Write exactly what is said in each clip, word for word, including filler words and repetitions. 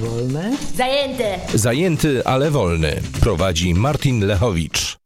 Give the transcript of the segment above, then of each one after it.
wolny. Zajęty. Zajęty, ale wolny. Prowadzi Martin Lechowicz.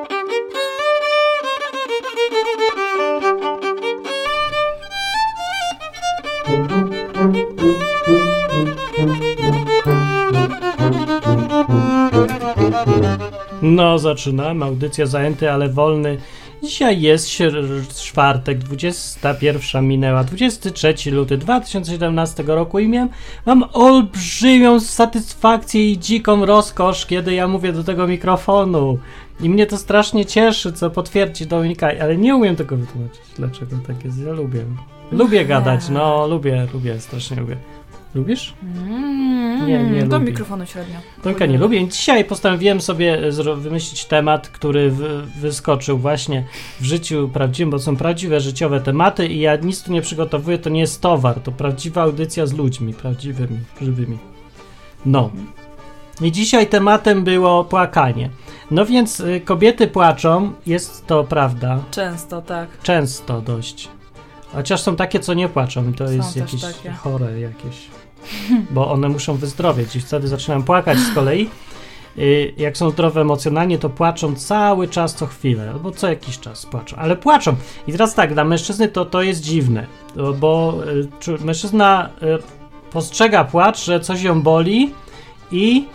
No, zaczynamy. Audycja Zajęty, ale wolny. Dzisiaj jest czwartek, dwudziesta pierwsza minęła, dwudziestego trzeciego lutego dwa tysiące siedemnastego roku i miałem, mam olbrzymią satysfakcję i dziką rozkosz, kiedy ja mówię do tego mikrofonu. I mnie to strasznie cieszy, co potwierdzi Dominika, ale nie umiem tego wytłumaczyć, dlaczego tak jest. Ja lubię. Lubię gadać, no lubię, lubię, strasznie lubię. Lubisz? Mm, nie, nie do lubię. mikrofonu średnio. Tylko nie lubię. Dzisiaj postanowiłem sobie zro- wymyślić temat, który w- wyskoczył właśnie w życiu prawdziwym, bo są prawdziwe życiowe tematy i ja nic tu nie przygotowuję, to nie jest towar, to prawdziwa audycja z ludźmi, prawdziwymi, żywymi. No. I dzisiaj tematem było płakanie. No więc y, kobiety płaczą, jest to prawda. Często, tak. Często dość. Chociaż są takie, co nie płaczą i to Są jest też jakieś takie. chore jakieś. Bo one muszą wyzdrowieć i wtedy zaczynają płakać z kolei. Y, Jak są zdrowe emocjonalnie, to płaczą cały czas, co chwilę, albo co jakiś czas płaczą, ale płaczą. I teraz tak, dla mężczyzny to, to jest dziwne, bo, bo y, czu- mężczyzna y, postrzega płacz, że coś ją boli i,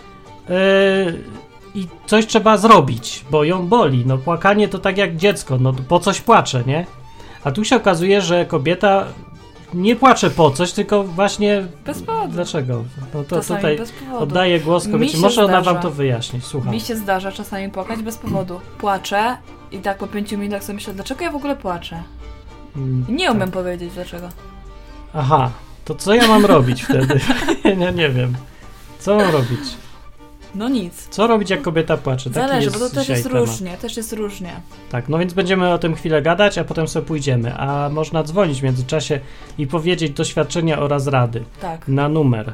y, i coś trzeba zrobić, bo ją boli. No płakanie to tak jak dziecko, no po coś płacze, nie? A tu się okazuje, że kobieta nie płacze po coś, tylko właśnie... Bez powodu. Dlaczego? No to Czasami tutaj bez powodu. oddaję głos Mi kobiecie. się Może ona zdarza. wam to wyjaśni. Słucham. Mi się zdarza czasami płakać bez powodu. Płaczę i tak po pięciu minutach sobie myślę, dlaczego ja w ogóle płaczę? Mm, I nie umiem tak. powiedzieć dlaczego. Aha, to co ja mam robić wtedy? Ja nie wiem. Co mam robić? No nic. Co robić, jak kobieta płacze? Taki Zależy, jest bo to też dzisiaj jest temat. różnie, też jest różnie. Tak, no więc będziemy o tym chwilę gadać, a potem sobie pójdziemy. A można dzwonić w międzyczasie i powiedzieć doświadczenia oraz rady. Tak. Na numer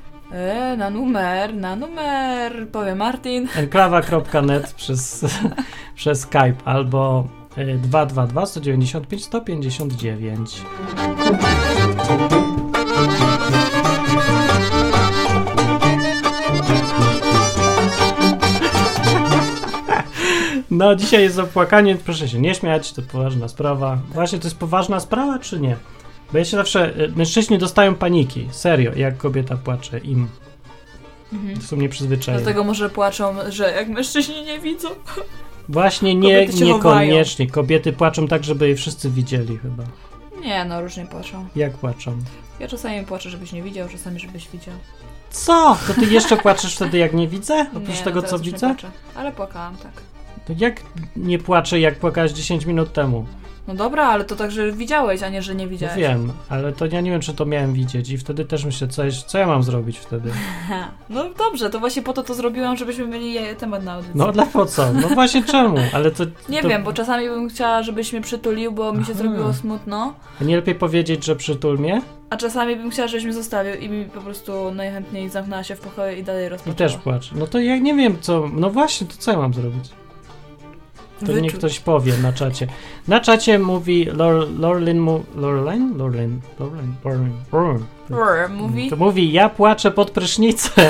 E, na numer, na numer, powie Martin. enklawa kropka net przez, przez Skype albo y, dwa dwa dwa sto dziewięćdziesiąt pięć sto pięćdziesiąt dziewięć. No, dzisiaj jest opłakanie, proszę się nie śmiać, to poważna sprawa. Właśnie, to jest poważna sprawa, czy nie? Bo ja się zawsze, y, mężczyźni dostają paniki, serio, jak kobieta płacze im. Mhm. Są nieprzyzwyczajeni. Dlatego może płaczą, że jak mężczyźni nie widzą. Właśnie nie, Kobiety się niekoniecznie. Kobiety płaczą tak, żeby je wszyscy widzieli chyba. Nie, no różnie płaczą. Jak płaczą? Ja czasami płaczę, żebyś nie widział, czasami żebyś widział. Co? To ty jeszcze płaczesz wtedy, jak nie widzę? Oprócz nie, tego, no co teraz już nie widzę? płaczę. Ale płakałam, tak. To jak nie płaczę, jak płakałeś dziesięć minut temu? No dobra, ale to tak, że widziałeś, a nie, że nie No widziałeś. wiem, ale to ja nie wiem, czy to miałem widzieć i wtedy też myślę, co, jest, co ja mam zrobić wtedy? Ha, no dobrze, to właśnie po to to zrobiłam, żebyśmy mieli je- temat na audycję. No dla po co? No właśnie czemu? Ale to... Nie to, wiem, bo czasami bym chciała, żebyś mnie przytulił, bo mi się Aha. zrobiło smutno, Nie lepiej powiedzieć, że przytul mnie? a czasami bym chciała, żebyś mnie zostawił i mi po prostu najchętniej zamknęła się w pokoju i dalej I rozpoczęła. też płacz. No to ja nie wiem, co... No właśnie, to co ja mam zrobić? To Wyczuć. niech ktoś powie na czacie. Na czacie mówi Lor, Lorlin, mu, Lorlin? Lorlin, Lorlin, Lorlin, Lorlin. Brr, mówi, To mówi, ja płaczę pod prysznicem.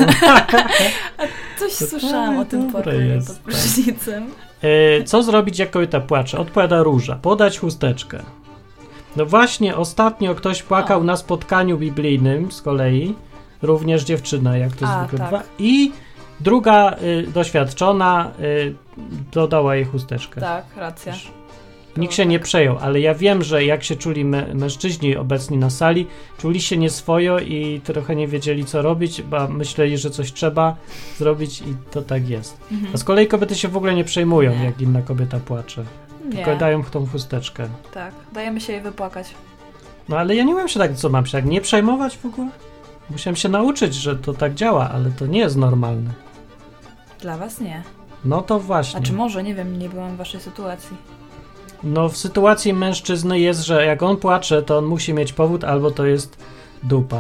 coś to słyszałam o tym dobre pokoju jest, pod tak. prysznicem. E, co zrobić, jak kobieta płacze? Odpowiada Róża. Podać chusteczkę. No właśnie, ostatnio ktoś płakał O. na spotkaniu biblijnym z kolei. Również dziewczyna, jak to A, zwykle tak. bywa. I druga y, doświadczona y, dodała jej chusteczkę. Tak, racja. Też. Nikt się nie przejął, ale ja wiem, że jak się czuli me- mężczyźni obecni na sali, czuli się nieswojo i trochę nie wiedzieli, co robić, bo myśleli, że coś trzeba zrobić i to tak jest. Mhm. A z kolei kobiety się w ogóle nie przejmują, Nie. jak inna kobieta płacze. Tylko Nie, dają tą chusteczkę. tak, dajemy się jej wypłakać. No ale ja nie umiem się tak, co mam się tak nie przejmować w ogóle? Musiałem się nauczyć, że to tak działa, ale to nie jest normalne. Dla was nie. No to właśnie. A czy może, nie wiem, nie byłam w waszej sytuacji. No w sytuacji mężczyzny jest, że jak on płacze, to on musi mieć powód, albo to jest dupa.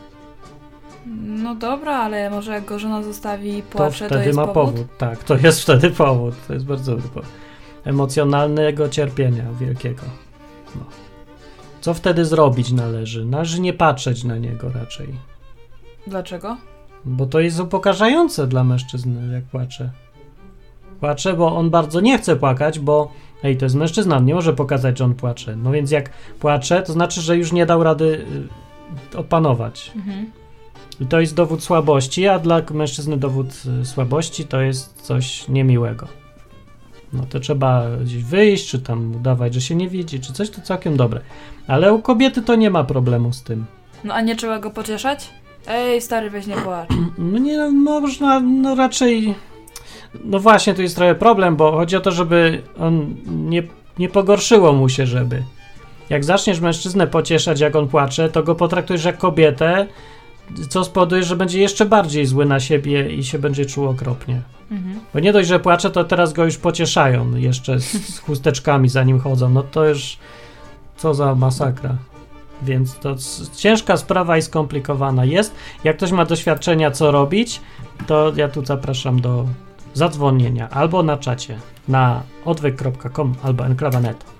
No dobra, ale może jak go żona zostawi i To płacze, to, wtedy jest ma powód? powód. Tak, to jest wtedy powód. To jest bardzo dobry powód. Emocjonalnego cierpienia wielkiego. No. Co wtedy zrobić należy? Należy nie patrzeć na niego raczej. Dlaczego? Bo to jest upokarzające dla mężczyzny, jak płacze. Płacze, bo on bardzo nie chce płakać, bo ej, to jest mężczyzna, on nie może pokazać, że on płacze. No więc jak płacze, to znaczy, że już nie dał rady y, opanować. Mhm. I to jest dowód słabości, a dla mężczyzny dowód y, słabości to jest coś niemiłego. No to trzeba gdzieś wyjść, czy tam udawać, że się nie widzi, czy coś, to całkiem dobre. Ale u kobiety to nie ma problemu z tym. No a nie trzeba go pocieszać? Ej, stary, weź nie płacz. No nie, no, można, no raczej... No właśnie, tu jest trochę problem, bo chodzi o to, żeby on nie, nie pogorszyło mu się, żeby... Jak zaczniesz mężczyznę pocieszać, jak on płacze, to go potraktujesz jak kobietę, co spowoduje, że będzie jeszcze bardziej zły na siebie i się będzie czuł okropnie. Mhm. Bo nie dość, że płacze, to teraz go już pocieszają jeszcze z, z chusteczkami za nim chodzą. No to już co za masakra. Więc to ciężka sprawa i skomplikowana jest. Jak ktoś ma doświadczenia, co robić, to ja tu zapraszam do zadzwonienia albo na czacie na odwyk kropka com albo enklawa kropka net.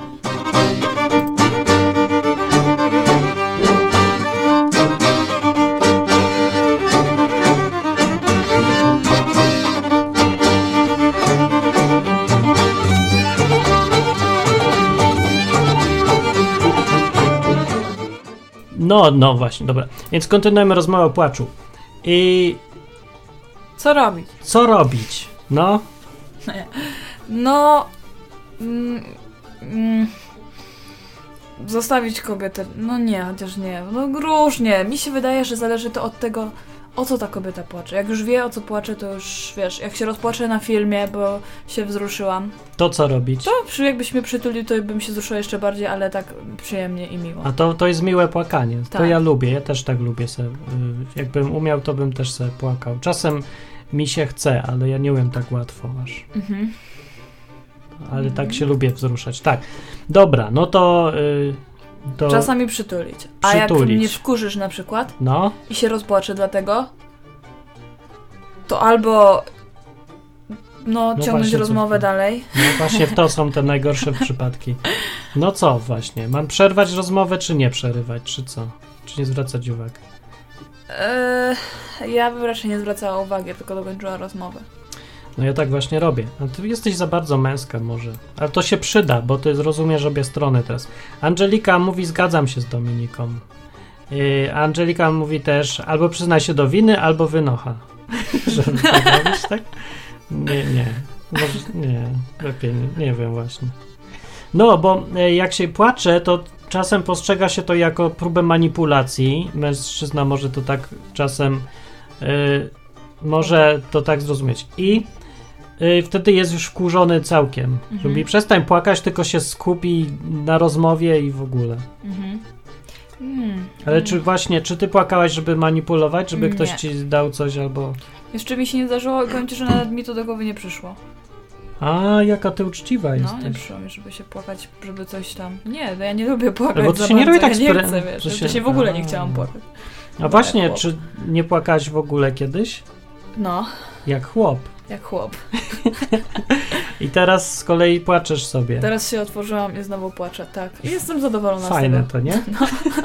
No, no właśnie, dobra. Więc kontynuujemy rozmowę o płaczu. I... Co robić? Co robić? No? No... Mm, mm, zostawić kobietę. No nie, chociaż nie. No różnie. Mi się wydaje, że zależy to od tego, o co ta kobieta płacze. Jak już wie, o co płacze, to już, wiesz, jak się rozpłacze na filmie, bo się wzruszyłam. To co robić? To przy, jakbyś mnie przytulił, to bym się wzruszyła jeszcze bardziej, ale tak przyjemnie i miło. A to, to jest miłe płakanie. Tak. To ja lubię, ja też tak lubię se. Jakbym umiał, to bym też se płakał. Czasem mi się chce, ale ja nie umiem tak łatwo aż. Mhm. Ale mhm. tak się lubię wzruszać. Tak. Dobra, no to... Yy, to czasami przytulić. A przytulić. Jak mnie wkurzysz na przykład no. i się rozpłaczę dlatego, to albo no, no ciągnąć rozmowę co, dalej. No właśnie to są te najgorsze przypadki. No co właśnie? Mam przerwać rozmowę, czy nie przerywać? Czy co? Czy nie zwracać uwagi? Eee, ja bym raczej nie zwracała uwagi, tylko dokończyła rozmowę. No ja tak właśnie robię. A ty jesteś za bardzo męska może. Ale to się przyda, bo ty zrozumiesz obie strony teraz. Angelika mówi, zgadzam się z Dominiką. Yy, Angelika mówi też, albo przyznaj się do winy, albo wynocha. Żeby tak robić, tak? Nie, nie. Może, nie, lepiej nie, nie wiem właśnie. No, bo jak się płacze, to czasem postrzega się to jako próbę manipulacji. Mężczyzna może to tak czasem yy, może to tak zrozumieć. I yy, wtedy jest już wkurzony całkiem. Mhm. Mówi, przestań płakać, tylko się skupi na rozmowie i w ogóle. Mhm. Mm, Ale mm. czy właśnie, czy ty płakałaś, żeby manipulować, żeby nie. ktoś ci dał coś albo... Jeszcze mi się nie zdarzyło i powiem ci, że nawet mi to do głowy nie przyszło. A, jaka ty uczciwa jesteś. No, nie przyszło mi, żeby się płakać, żeby coś tam... Nie, no ja nie lubię płakać bo to się nie robi tak ja nie chcę, wiesz, to się... się w ogóle nie chciałam płakać. A no, właśnie, czy nie płakałaś w ogóle kiedyś? No. Jak chłop. Jak chłop. I teraz z kolei płaczesz sobie. Teraz się otworzyłam i znowu płaczę, tak. I jestem zadowolona Fajne z tego. Fajne to, nie? No.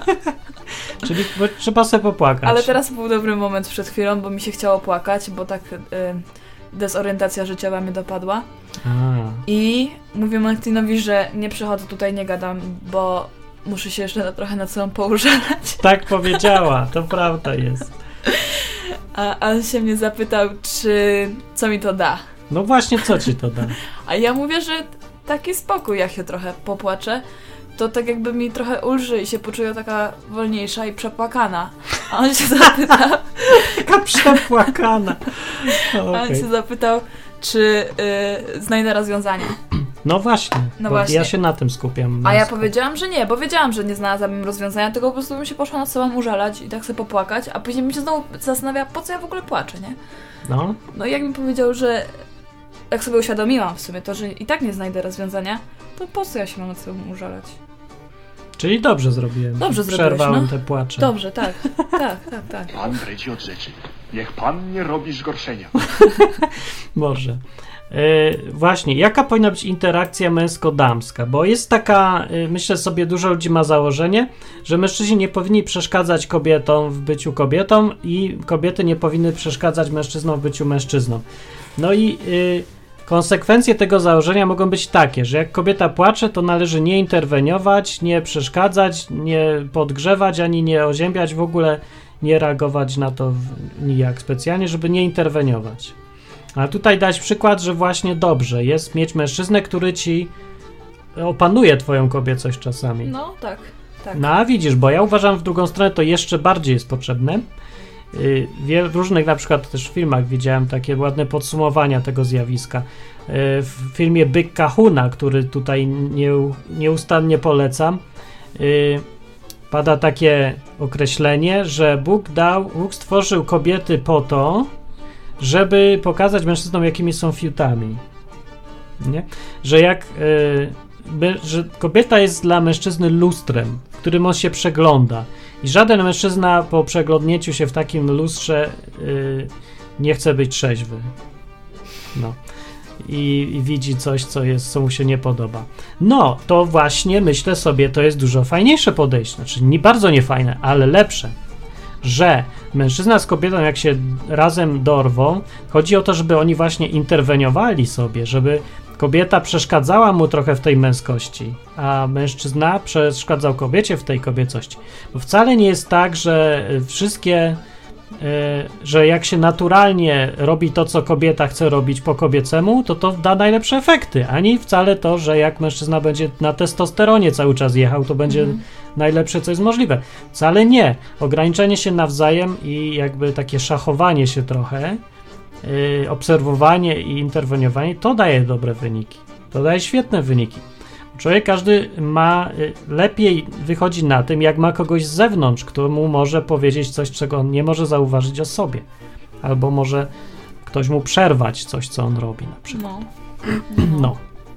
Czyli trzeba sobie popłakać. Ale teraz był dobry moment przed chwilą, bo mi się chciało płakać, bo tak y, dezorientacja życiowa mnie dopadła. A. I mówię Martinowi, że nie przychodzę tutaj, nie gadam, bo muszę się jeszcze na, trochę nad sobą poużalać. Tak powiedziała, to prawda jest. A, a on się mnie zapytał, czy co mi to da. No właśnie, co ci to da? A ja mówię, że taki spokój, jak się trochę popłaczę, to tak jakby mi trochę ulży i się poczuję taka wolniejsza i przepłakana. A on się zapytał... Taka przepłakana. A on okay. się zapytał, czy yy, znajdę rozwiązanie. No właśnie, no bo właśnie, ja się na tym skupiam. A ja powiedziałam, że nie, bo wiedziałam, że nie znalazłabym rozwiązania, tylko po prostu bym się poszła nad sobą użalać i tak sobie popłakać, a później mi się znowu zastanawia, po co ja w ogóle płaczę, nie? No. No i jak mi powiedział, że jak sobie uświadomiłam w sumie to, że i tak nie znajdę rozwiązania, to po co ja się mam nad sobą użalać? Czyli dobrze zrobiłem. Dobrze zrobiłeś, Przerwałem no. te płacze. Dobrze, tak, tak, tak, tak. Pan preci od rzeczy. Niech pan nie robi zgorszenia. Może. Yy, właśnie, jaka powinna być interakcja męsko-damska? Bo jest taka, yy, myślę sobie, dużo ludzi ma założenie, że mężczyźni nie powinni przeszkadzać kobietom w byciu kobietą i kobiety nie powinny przeszkadzać mężczyznom w byciu mężczyzną. No i yy, konsekwencje tego założenia mogą być takie, że jak kobieta płacze, to należy nie interweniować, nie przeszkadzać, nie podgrzewać, ani nie oziębiać, w ogóle nie reagować na to nijak specjalnie, żeby nie interweniować. A tutaj dać przykład, że właśnie dobrze jest mieć mężczyznę, który ci opanuje twoją kobiecość czasami. No, tak, tak. No a widzisz, bo ja uważam w drugą stronę to jeszcze bardziej jest potrzebne. Yy, w różnych na przykład też filmach widziałem takie ładne podsumowania tego zjawiska. Yy, w filmie Byk Kahuna, który tutaj nie, nieustannie polecam, yy, pada takie określenie, że Bóg dał, Bóg stworzył kobiety po to, żeby pokazać mężczyznom, jakimi są fiutami. Nie? Że jak yy, by, że kobieta jest dla mężczyzny lustrem, w którym on się przegląda. I żaden mężczyzna po przeglądnięciu się w takim lustrze yy, nie chce być trzeźwy. No. I, I widzi coś, co, jest, co mu się nie podoba. No, to właśnie myślę sobie, to jest dużo fajniejsze podejście. Znaczy, nie bardzo niefajne, ale lepsze. Że mężczyzna z kobietą, jak się razem dorwą, chodzi o to, żeby oni właśnie interweniowali sobie, żeby kobieta przeszkadzała mu trochę w tej męskości, a mężczyzna przeszkadzał kobiecie w tej kobiecości. Bo wcale nie jest tak, że wszystkie, yy, że jak się naturalnie robi to, co kobieta chce robić po kobiecemu, to to da najlepsze efekty, ani wcale to, że jak mężczyzna będzie na testosteronie cały czas jechał, to będzie mm. najlepsze, co jest możliwe. Wcale nie. Ograniczenie się nawzajem i jakby takie szachowanie się trochę, Yy, obserwowanie i interweniowanie, to daje dobre wyniki. To daje świetne wyniki. Człowiek każdy ma, yy, lepiej wychodzi na tym, jak ma kogoś z zewnątrz, kto mu może powiedzieć coś, czego on nie może zauważyć o sobie. Albo może ktoś mu przerwać coś, co on robi na przykład. No. no.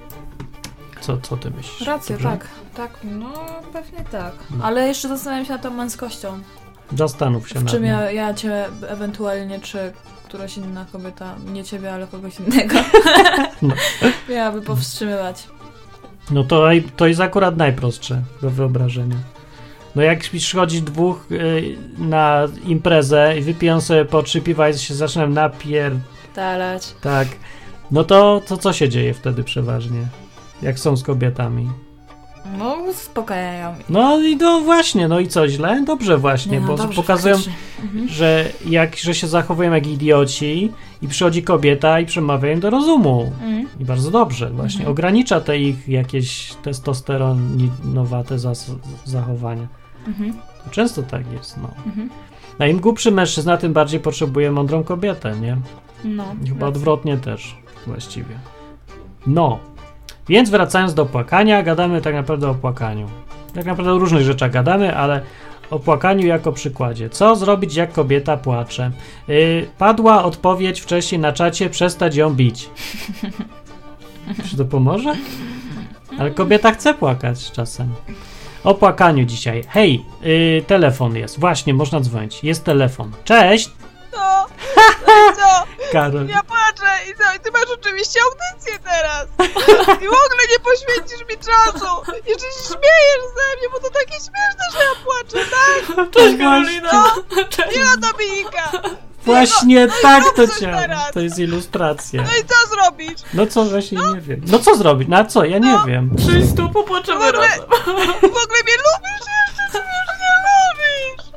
Co, co ty myślisz? Racja, Dobrze? tak. Tak, no pewnie tak. No. Ale jeszcze zastanawiam się nad tą męskością. Zastanów się w nad czym tym. ja, ja cię ewentualnie, czy któraś inna kobieta, nie ciebie, ale kogoś innego, no. miałaby powstrzymywać. No to, to jest akurat najprostsze do wyobrażenia. No jak przychodzi dwóch yy, na imprezę i wypiją sobie po trzy piwa i się zaczynają napierdalać. Tak. No to, to co się dzieje wtedy przeważnie? Jak są z kobietami? No, uspokajają. No i no właśnie, no i co, źle? Dobrze właśnie, nie, no, bo dobrze, pokazują, mhm. że, jak, że się zachowują jak idioci i przychodzi kobieta i przemawia im do rozumu. Mhm. I bardzo dobrze właśnie. Mhm. Ogranicza te ich jakieś testosteronowate zas- zachowania. Mhm. To często tak jest, no. Mhm. A im głupszy mężczyzna, tym bardziej potrzebuje mądrą kobietę, nie? No. Chyba odwrotnie też właściwie. No. Więc wracając do płakania, gadamy tak naprawdę o płakaniu. Tak naprawdę o różnych rzeczach gadamy, ale o płakaniu jako przykładzie. Co zrobić, jak kobieta płacze? Yy, padła odpowiedź wcześniej na czacie, przestać ją bić. Czy to pomoże? Ale kobieta chce płakać czasem. O płakaniu dzisiaj. Hej, yy, telefon jest. Właśnie, można dzwonić. Jest telefon. Cześć! No, no i co? Karol. Ja płaczę i co? I ty masz oczywiście audycję teraz. I w ogóle nie poświęcisz mi czasu. Jeszcze się śmiejesz ze mnie, bo to takie śmieszne, że ja płaczę, tak? Cześć, Karolina. No, nie ma Dominika. Właśnie no, tak no to chciałem. To jest ilustracja. No i co zrobić? No co, właśnie no? nie wiem. No co zrobić? No co? Ja nie no. wiem. Przyjdź tu, popłaczemy w ogóle, razem. W ogóle mnie lubisz jeszcze, czy mnie już nie lubisz?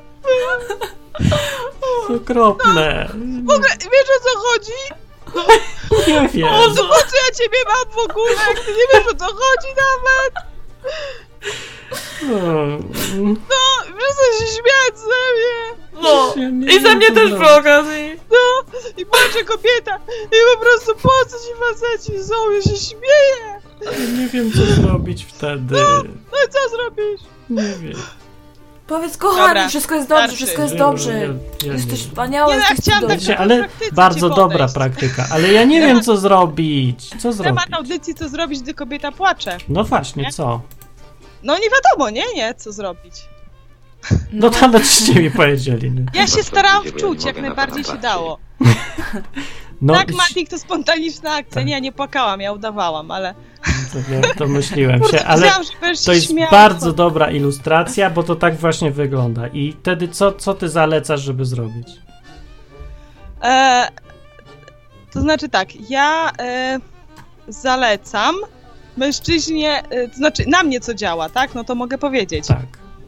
Okropne. No, w ogóle, wiesz o co chodzi? Nie wiem. O, to po co ja ciebie mam w ogóle, jak ty nie wiesz o co chodzi nawet? No, przestań się śmiać ze mnie. No, i ze mnie też przy okazji. No, i płacze kobieta. I po prostu po co ci faceci są? Ja się śmieję. Nie wiem, co zrobić wtedy. No, no i co zrobisz? Nie wiem. Powiedz, kochani, wszystko jest dobrze, wszystko jest dobrze. Ja, ja jesteś wspaniała, nie, jesteś chciałam dobrze. tak ale bardzo dobra praktyka, ale ja nie wiem, co zrobić. Co zrobić? Temat audycji, co zrobić, gdy kobieta płacze. No właśnie, nie? co? No nie wiadomo, nie? Nie, co zrobić. No to oczywiście mi powiedzieli. No. Ja się starałam wczuć, jak najbardziej się dało. No, tak, Matik, to spontaniczna akcja. Tak. Nie, ja nie płakałam, ja udawałam, ale... To, ja to myśliłem się, ale to jest śmiał, bardzo to... dobra ilustracja, bo to tak właśnie wygląda. I wtedy co, co ty zalecasz, żeby zrobić? E, to znaczy tak, ja e, zalecam mężczyźnie, e, to znaczy na mnie co działa, tak? No to mogę powiedzieć. Tak.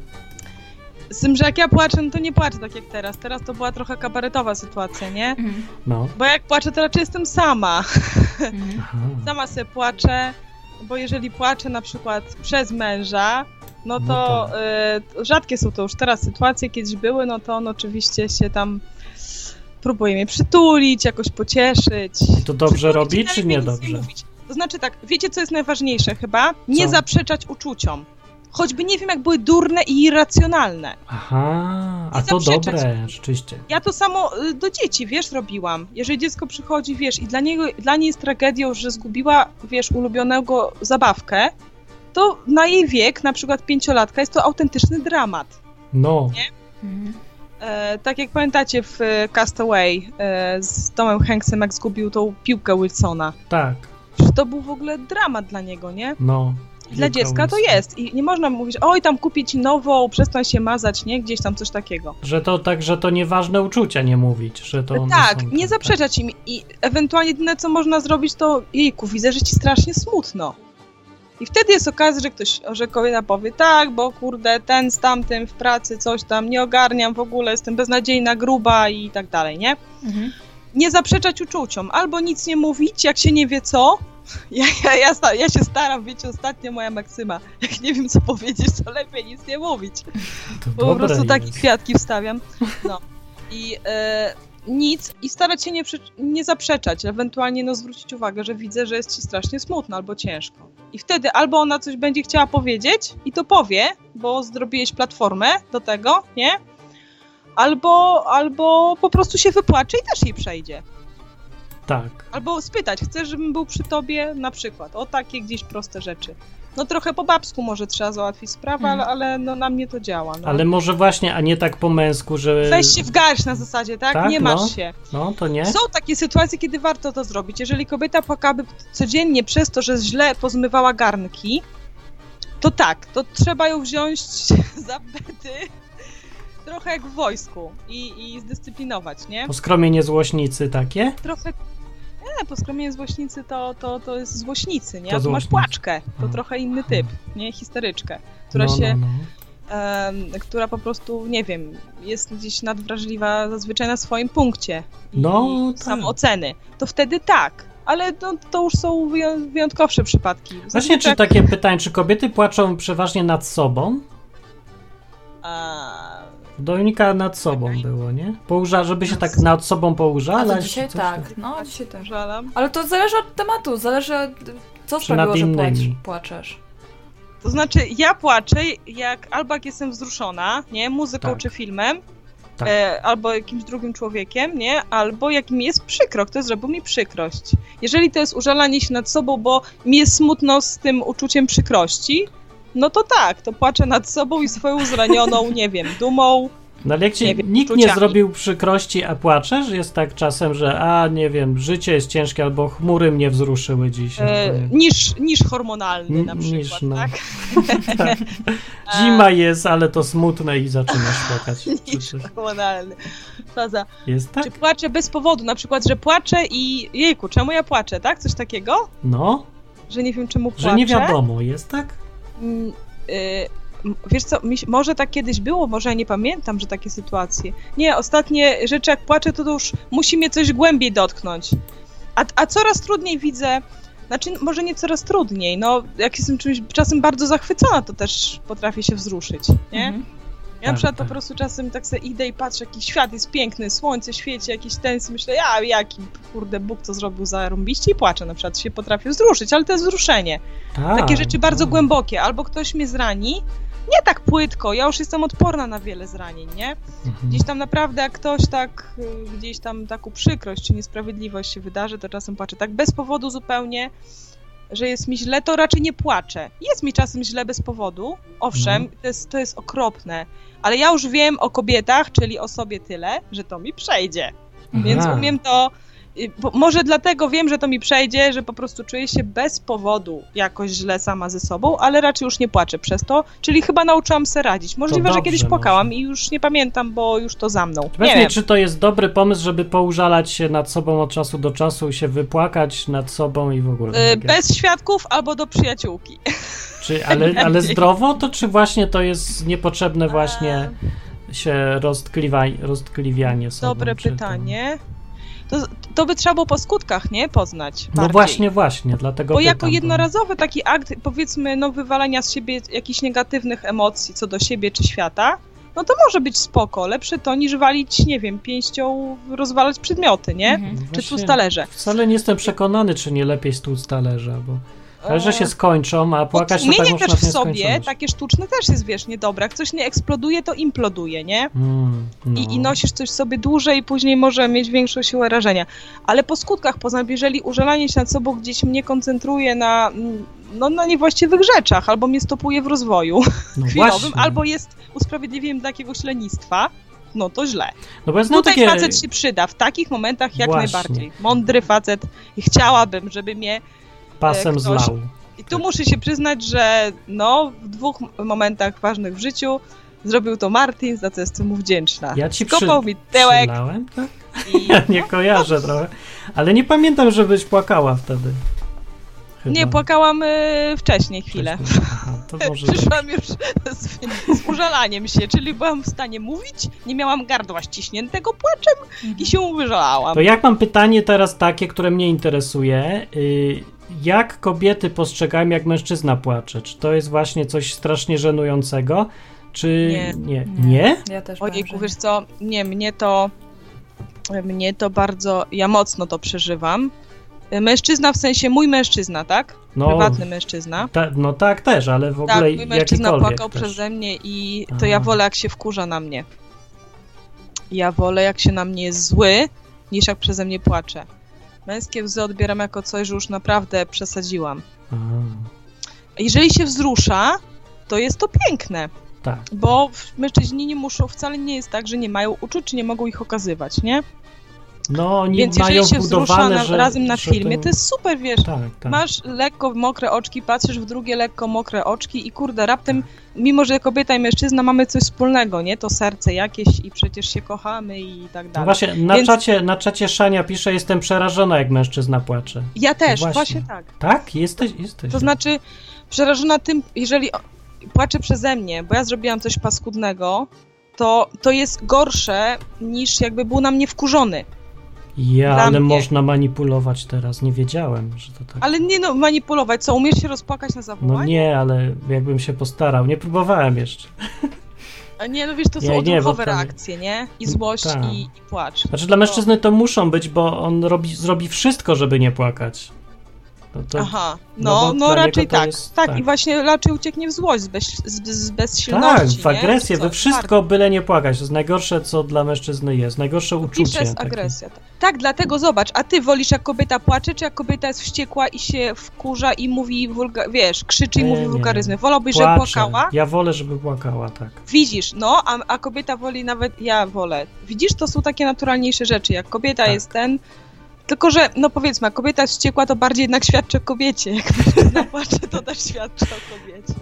Z tym, że jak ja płaczę, no to nie płaczę tak jak teraz. Teraz to była trochę kabaretowa sytuacja, nie? No. Bo jak płaczę, to raczej jestem sama. Aha. Sama sobie płaczę, bo jeżeli płaczę na przykład przez męża, no to no tak. y, rzadkie są to już teraz sytuacje, kiedyś były, no to on oczywiście się tam próbuje mnie przytulić, jakoś pocieszyć. I to dobrze robi, czy niedobrze? Nie to znaczy tak, wiecie co jest najważniejsze chyba? Nie co? zaprzeczać uczuciom. Choćby nie wiem, jak były durne i irracjonalne. Aha, a nie to zaprzeczać. dobre, rzeczywiście. Ja to samo do dzieci, wiesz, robiłam. Jeżeli dziecko przychodzi, wiesz, i dla niego, dla niej jest tragedią, że zgubiła, wiesz, ulubionego zabawkę, to na jej wiek, na przykład pięciolatka, jest to autentyczny dramat. No. Nie? Mhm. E, tak jak pamiętacie w Castaway e, z Tomem Hanksem, jak zgubił tą piłkę Wilsona. Tak. To był w ogóle dramat dla niego, nie? No. Dla dziecka to jest i nie można mówić, oj tam kupię ci nową, przestań się mazać, nie? Gdzieś tam coś takiego. Że to tak, że to nieważne uczucia nie mówić, że to tak, są, nie tak, zaprzeczać im i ewentualnie jedyne co można zrobić to, jejku, widzę, że ci strasznie smutno. I wtedy jest okazja, że ktoś, że kobieta powie, tak, bo kurde, ten z tamtym w pracy coś tam, nie ogarniam w ogóle, jestem beznadziejna, gruba i tak dalej, nie? Mhm. Nie zaprzeczać uczuciom, albo nic nie mówić, jak się nie wie co. Ja, ja, ja, ja się staram, wiecie, ostatnio moja maksyma, jak nie wiem co powiedzieć, to lepiej nic nie mówić. Bo po prostu takie jest. Kwiatki wstawiam. No. I e, nic, i starać się nie, nie zaprzeczać, ewentualnie no, zwrócić uwagę, że widzę, że jest ci strasznie smutno albo ciężko. I wtedy albo ona coś będzie chciała powiedzieć i to powie, bo zrobiłeś platformę do tego, nie? Albo, albo po prostu się wypłacze i też jej przejdzie. Tak. Albo spytać, chcesz, żebym był przy tobie? Na przykład. O takie gdzieś proste rzeczy. No trochę po babsku może trzeba załatwić sprawę, mm. ale, ale no, na mnie to działa. No. Ale może właśnie, a nie tak po męsku, że... Weź się w garść na zasadzie, tak? tak? Nie masz no. się. No, to nie. Są takie sytuacje, kiedy warto to zrobić. Jeżeli kobieta płakałaby codziennie przez to, że źle pozmywała garnki, to tak, to trzeba ją wziąć za bety, trochę jak w wojsku i, i zdyscyplinować, nie? Poskromienie złośnicy takie? Trochę... Nie, poskromienie złośnicy to, to, to jest złośnicy, nie? A tu masz płaczkę, to hmm. trochę inny typ, nie? Histeryczkę, która no, się... No, no. Um, która po prostu, nie wiem, jest gdzieś nadwrażliwa zazwyczaj na swoim punkcie i, no, i tak. samooceny. To wtedy tak, ale to, to już są wyjątkowsze przypadki. Właśnie, zazwyczaj... czy takie pytanie, czy kobiety płaczą przeważnie nad sobą? A... Dominika nad sobą okay. było, nie? Połża, żeby się tak nad sobą poużalać. A dzisiaj tak, tak, no dzisiaj też. Żalam. Ale to zależy od tematu, zależy od... Co czy sprawiło, że płacz, innymi. płaczesz? To znaczy, ja płaczę, jak albo jak jestem wzruszona, nie? Muzyką tak. czy filmem, tak. e, albo jakimś drugim człowiekiem, nie? Albo jak mi jest przykro, ktoś zrobił mi przykrość. Jeżeli to jest użalanie się nad sobą, bo mi jest smutno z tym uczuciem przykrości, no to tak, to płaczę nad sobą i swoją zranioną, nie wiem, dumą. No ale jak ci nie nikt nie zrobił przykrości, a płaczesz? Jest tak czasem, że a nie wiem, życie jest ciężkie albo chmury mnie wzruszyły dziś. E, niż, niż hormonalny na przykład, niż, no. tak? tak? Zima jest, ale to smutne i zaczynasz płakać. Niż hormonalny. Faza. Jest tak? Czy płaczę bez powodu, na przykład, że płaczę i jejku, czemu ja płaczę, tak? Coś takiego? No. Że nie wiem, czemu płaczę. Że nie wiadomo, jest tak? Mm, y Wiesz co, mi, może tak kiedyś było, może ja nie pamiętam, że takie sytuacje. Nie, ostatnie rzeczy jak płaczę, to, to już musi mnie coś głębiej dotknąć. A, a coraz trudniej widzę, znaczy może nie coraz trudniej, no jak jestem czymś czasem bardzo zachwycona, to też potrafię się wzruszyć, nie? Mhm. Ja na przykład tak, po prostu czasem tak sobie idę i patrzę, jaki świat jest piękny, słońce świeci, jakiś ten, myślę, ja jaki kurde Bóg co zrobił za rąbiście i płaczę, na przykład się potrafię wzruszyć, ale to jest wzruszenie. Tak, takie rzeczy bardzo tak. głębokie, albo ktoś mnie zrani, nie tak płytko, ja już jestem odporna na wiele zranień, nie? Mhm. Gdzieś tam naprawdę jak ktoś tak, gdzieś tam taką przykrość czy niesprawiedliwość się wydarzy, to czasem płaczę tak bez powodu zupełnie, że jest mi źle, to raczej nie płaczę. Jest mi czasem źle bez powodu, owszem, Mhm. to jest, to jest okropne, ale ja już wiem o kobietach, czyli o sobie tyle, że to mi przejdzie. Więc Aha. umiem to, y, bo może dlatego wiem, że to mi przejdzie, że po prostu czuję się bez powodu jakoś źle sama ze sobą, ale raczej już nie płaczę przez to, czyli chyba nauczyłam se radzić. Możliwe, dobrze, że kiedyś płakałam może. i już nie pamiętam, bo już to za mną. Powiedz Nie mi, wiem. czy to jest dobry pomysł, żeby poużalać się nad sobą od czasu do czasu, się wypłakać nad sobą i w ogóle? Y, Tak jak- Bez świadków albo do przyjaciółki. Czy, ale, ale zdrowo to, czy właśnie to jest niepotrzebne właśnie się roztkliwa, roztkliwianie sobą? Dobre czy to- pytanie. To, to by trzeba było po skutkach, nie? Poznać No bardziej. właśnie, właśnie, dlatego Bo pytam, jako jednorazowy taki akt, powiedzmy, no wywalania z siebie jakichś negatywnych emocji co do siebie czy świata, no to może być spoko, lepsze to niż walić, nie wiem, pięścią, rozwalać przedmioty, nie? Mhm. No Czy właśnie, tu talerze. Wcale nie jestem przekonany, czy nie lepiej z tłuc talerza, bo talerze się skończą, a płakać to tak Umienie można też w w sobie, nieskończoność. takie sztuczne też jest, wiesz, niedobre. Jak coś nie eksploduje, to imploduje, nie? Mm, no. I, I nosisz coś sobie dłużej i później może mieć większą siłę rażenia. Ale po skutkach poznam, jeżeli użalanie się nad sobą gdzieś mnie koncentruje na, mm, no, na niewłaściwych rzeczach, albo mnie stopuje w rozwoju no chwilowym, właśnie. albo jest usprawiedliwieniem dla jakiegoś lenistwa, no to źle. No bo ja znam Tutaj takie... facet się przyda, w takich momentach jak Właśnie. najbardziej. Mądry facet i chciałabym, żeby mnie... pasem ktoś- zlał. I tu muszę się przyznać, że no, w dwóch momentach ważnych w życiu zrobił to Martin, za co jestem mu wdzięczna. Ja ci Skopał przy... mi tyłek przylałem, tak? i... Ja nie kojarzę trochę, ale nie pamiętam, żebyś płakała wtedy. Chyba. Nie, płakałam y, wcześniej chwilę. Wcześniej. Aha, to może tak. Przyszłam już z, z użalaniem się, czyli byłam w stanie mówić, nie miałam gardła ściśniętego płaczem i się wyżalałam. To jak mam pytanie teraz takie, które mnie interesuje. y, Jak kobiety postrzegają, jak mężczyzna płacze? Czy to jest właśnie coś strasznie żenującego? Czy Nie. Nie? Nie? Ja też powiem, Ojejku, że wiesz co, nie, mnie to, mnie to bardzo, ja mocno to przeżywam. Mężczyzna w sensie mój mężczyzna, tak? No, Prywatny mężczyzna. ta, no tak też, ale w ogóle Tak, mój mężczyzna jakikolwiek płakał też. przeze mnie i to Aha. ja wolę, jak się wkurza na mnie. Ja wolę, jak się na mnie jest zły, niż jak przeze mnie płacze. Męskie łzy odbieram jako coś, że już naprawdę przesadziłam. A, Jeżeli się wzrusza, to jest to piękne, tak. bo mężczyźni nie muszą, wcale nie jest tak, że nie mają uczuć, czy nie mogą ich okazywać, nie? No oni Więc mają jeżeli się wzrusza wbudowane, na, że, razem na że filmie, to jest super, wiesz, Tak, tak. masz lekko mokre oczki, patrzysz w drugie lekko mokre oczki i kurde, raptem, mimo że kobieta i mężczyzna mamy coś wspólnego, nie? To serce jakieś i przecież się kochamy i tak No dalej. właśnie, na, Więc- czacie, na czacie Szania pisze, jestem przerażona, jak mężczyzna płacze. Ja też, Właśnie. właśnie, tak. Tak? Jesteś? Jesteś. To znaczy, przerażona tym, jeżeli o- płacze przeze mnie, bo ja zrobiłam coś paskudnego, to, to jest gorsze niż jakby był na mnie wkurzony. Ja, dla ale mnie. można manipulować teraz, nie wiedziałem, że to tak. Ale nie no, manipulować, co, umiesz się rozpłakać na No zawołanie? nie, ale jakbym się postarał, nie próbowałem jeszcze. A nie, no wiesz, to są Nie, nie, odruchowe bo tam- reakcje, nie? I złość, Tak. i, i płacz. Znaczy dla mężczyzny to muszą być, bo on robi, zrobi wszystko, żeby nie płakać. No to, Aha, no no, bo no, dla raczej niego to tak. jest- tak. tak. I właśnie raczej ucieknie w złość z, bez, z, z tak, bezsilności, w agresję, nie? we Czy coś, wszystko, byle nie płakać. To jest najgorsze, co dla mężczyzny jest. Najgorsze bardzo. uczucie. Pisze jest takie. agresja. Tak. tak, dlatego zobacz, a ty wolisz, jak kobieta płacze, czy jak kobieta jest wściekła i się wkurza i mówi, wulga, wiesz, krzyczy i Nie, mówi nie. wulgaryzmy. Wolałbyś, żeby Płacze. płakała? Ja wolę, żeby płakała, tak. Widzisz, no, a, a kobieta woli nawet, ja wolę. Widzisz, to są takie naturalniejsze rzeczy, jak kobieta Tak. jest ten... Tylko, że, no powiedzmy, jak kobieta jest wściekła, to bardziej jednak świadczy o kobiecie. Jak mężczyzna płacze, to też świadczy o kobiecie.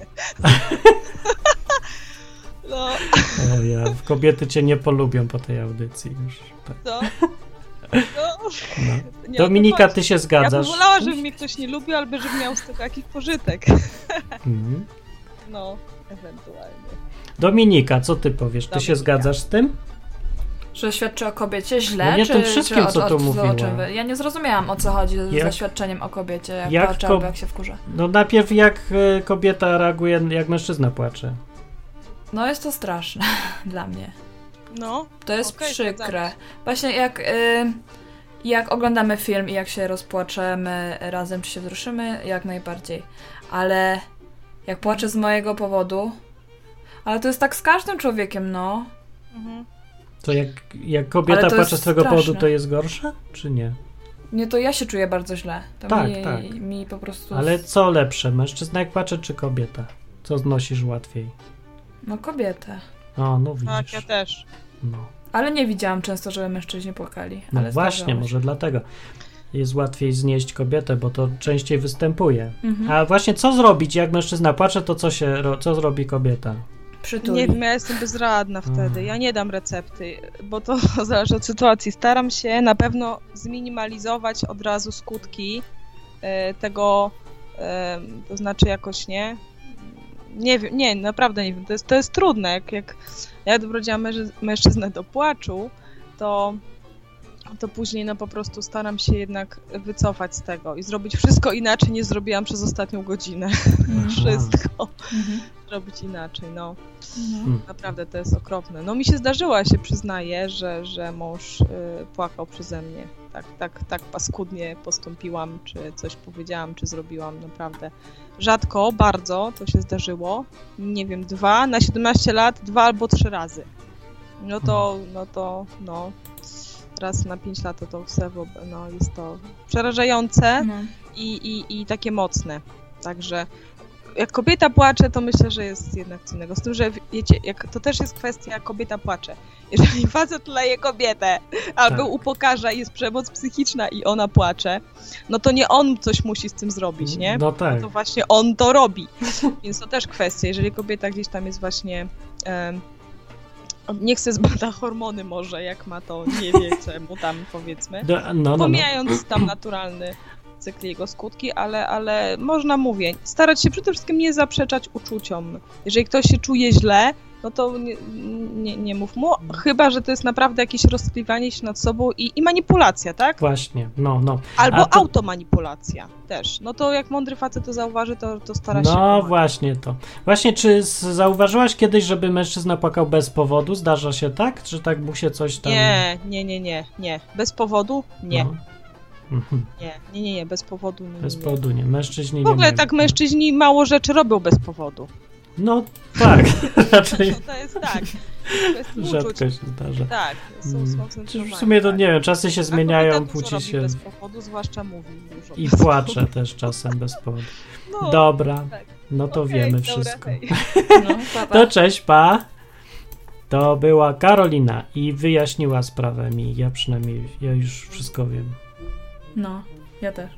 No, O ja, kobiety cię nie polubią po tej audycji już. Tak. to... No, No. nie o to Dominika, chodzi. ty się Ja bym zgadzasz? wolała, żeby mnie ktoś nie lubił, albo żeby miał z tego jakiś pożytek. Mhm. No, ewentualnie. Dominika, co ty powiesz? Ty się Dominika. zgadzasz z tym? Że świadczy o kobiecie źle, No nie czy, tym wszystkim, czy co o, tu o, mówiła. o czym wy? Ja nie zrozumiałam, o co chodzi z Jak- zaświadczeniem o kobiecie, jak, jak płacze ko- albo jak się wkurza. No najpierw jak y, kobieta reaguje, jak mężczyzna płacze. No jest to straszne dla mnie. No, To jest Okej, przykre. zgadzam się. Właśnie jak, y, jak oglądamy film i jak się rozpłaczemy razem, czy się wzruszymy, jak najbardziej. Ale jak płaczę z mojego powodu, ale to jest tak z każdym człowiekiem, no. mhm. To jak, jak kobieta Ale to płacze jest z twojego straszne. powodu, to jest gorsze, czy nie? Nie, to ja się czuję bardzo źle. To tak, mi, tak. mi po prostu... Ale co lepsze, mężczyzna jak płacze, czy kobieta? Co znosisz łatwiej? No kobietę. O, no widzisz. Tak, ja też. No, Ale nie widziałam często, żeby mężczyźni płakali. no ale właśnie, zdarzało może się. dlatego. Jest łatwiej znieść kobietę, bo to częściej występuje. Mhm. A właśnie co zrobić, jak mężczyzna płacze, to co się, ro- co zrobi kobieta? Przytuli. Nie wiem, ja jestem bezradna wtedy. Ja nie dam recepty, bo to zależy od sytuacji. Staram się na pewno zminimalizować od razu skutki e, tego, e, to znaczy jakoś nie. Nie wiem, nie, naprawdę nie wiem. To jest, to jest trudne. Jak, jak ja doprowadziłam męż- mężczyznę do płaczu, to, to później no po prostu staram się jednak wycofać z tego i zrobić wszystko inaczej, niż zrobiłam przez ostatnią godzinę. Mhm. Wszystko Mhm. zrobić inaczej, no. Mhm. Naprawdę to jest okropne. No mi się zdarzyło, ja się przyznaję, że, że mąż y, płakał przeze mnie. Tak, tak, tak paskudnie postąpiłam, czy coś powiedziałam, czy zrobiłam, naprawdę. Rzadko, bardzo to się zdarzyło. Nie wiem, dwa, na siedemnaście lat, dwa albo trzy razy. No to, no to, no, raz na pięć lat to to wsewo, no jest to przerażające No. i, i, i takie mocne. Także jak kobieta płacze, to myślę, że jest jednak co innego. Z tym, że wiecie, jak, to też jest kwestia, jak kobieta płacze. Jeżeli facet leje kobietę, albo Tak. upokarza, jest przemoc psychiczna i ona płacze, no to nie on coś musi z tym zrobić, nie? No tak. To właśnie on to robi. Więc to też kwestia. Jeżeli kobieta gdzieś tam jest właśnie... em, nie chce zbada hormony może, jak ma to, nie wie czemu tam powiedzmy. Do, no, no, no. Pomijając tam naturalny cykl jego skutki, ale, ale można, mówię, starać się przede wszystkim nie zaprzeczać uczuciom. Jeżeli ktoś się czuje źle, no to nie, nie, nie mów mu, chyba że to jest naprawdę jakieś roztkliwanie się nad sobą i, i manipulacja, tak? Właśnie, no, no. Albo A to- automanipulacja też. No to jak mądry facet to zauważy, to, to stara się No pomagać. właśnie to. Właśnie, czy z- zauważyłaś kiedyś, żeby mężczyzna płakał bez powodu? Zdarza się tak? Czy tak mu się coś tam... Nie, nie, nie, nie, nie. Bez powodu? Nie. No. Mhm. Nie, nie, nie, nie, bez powodu nie. Bez nie. powodu nie. Mężczyźni W nie ogóle mają. tak mężczyźni mało rzeczy robią bez powodu. No tak, raczej No to jest tak. Kwestia uczuć. rzadko się zdarza. Tak, są, Mm. są Przecież scentrowani, w sumie to tak. nie wiem, czasy się A zmieniają, kobieta dużo płci robi się... bez powodu, zwłaszcza mówi dużo. I bez płacze też czasem bez powodu. powodu. No, Dobra, tak. no to Okej, wiemy dobra, wszystko. hej. No, pa, pa. To cześć, pa! To była Karolina i wyjaśniła sprawę mi. Ja przynajmniej, ja już wszystko wiem. No, ja też.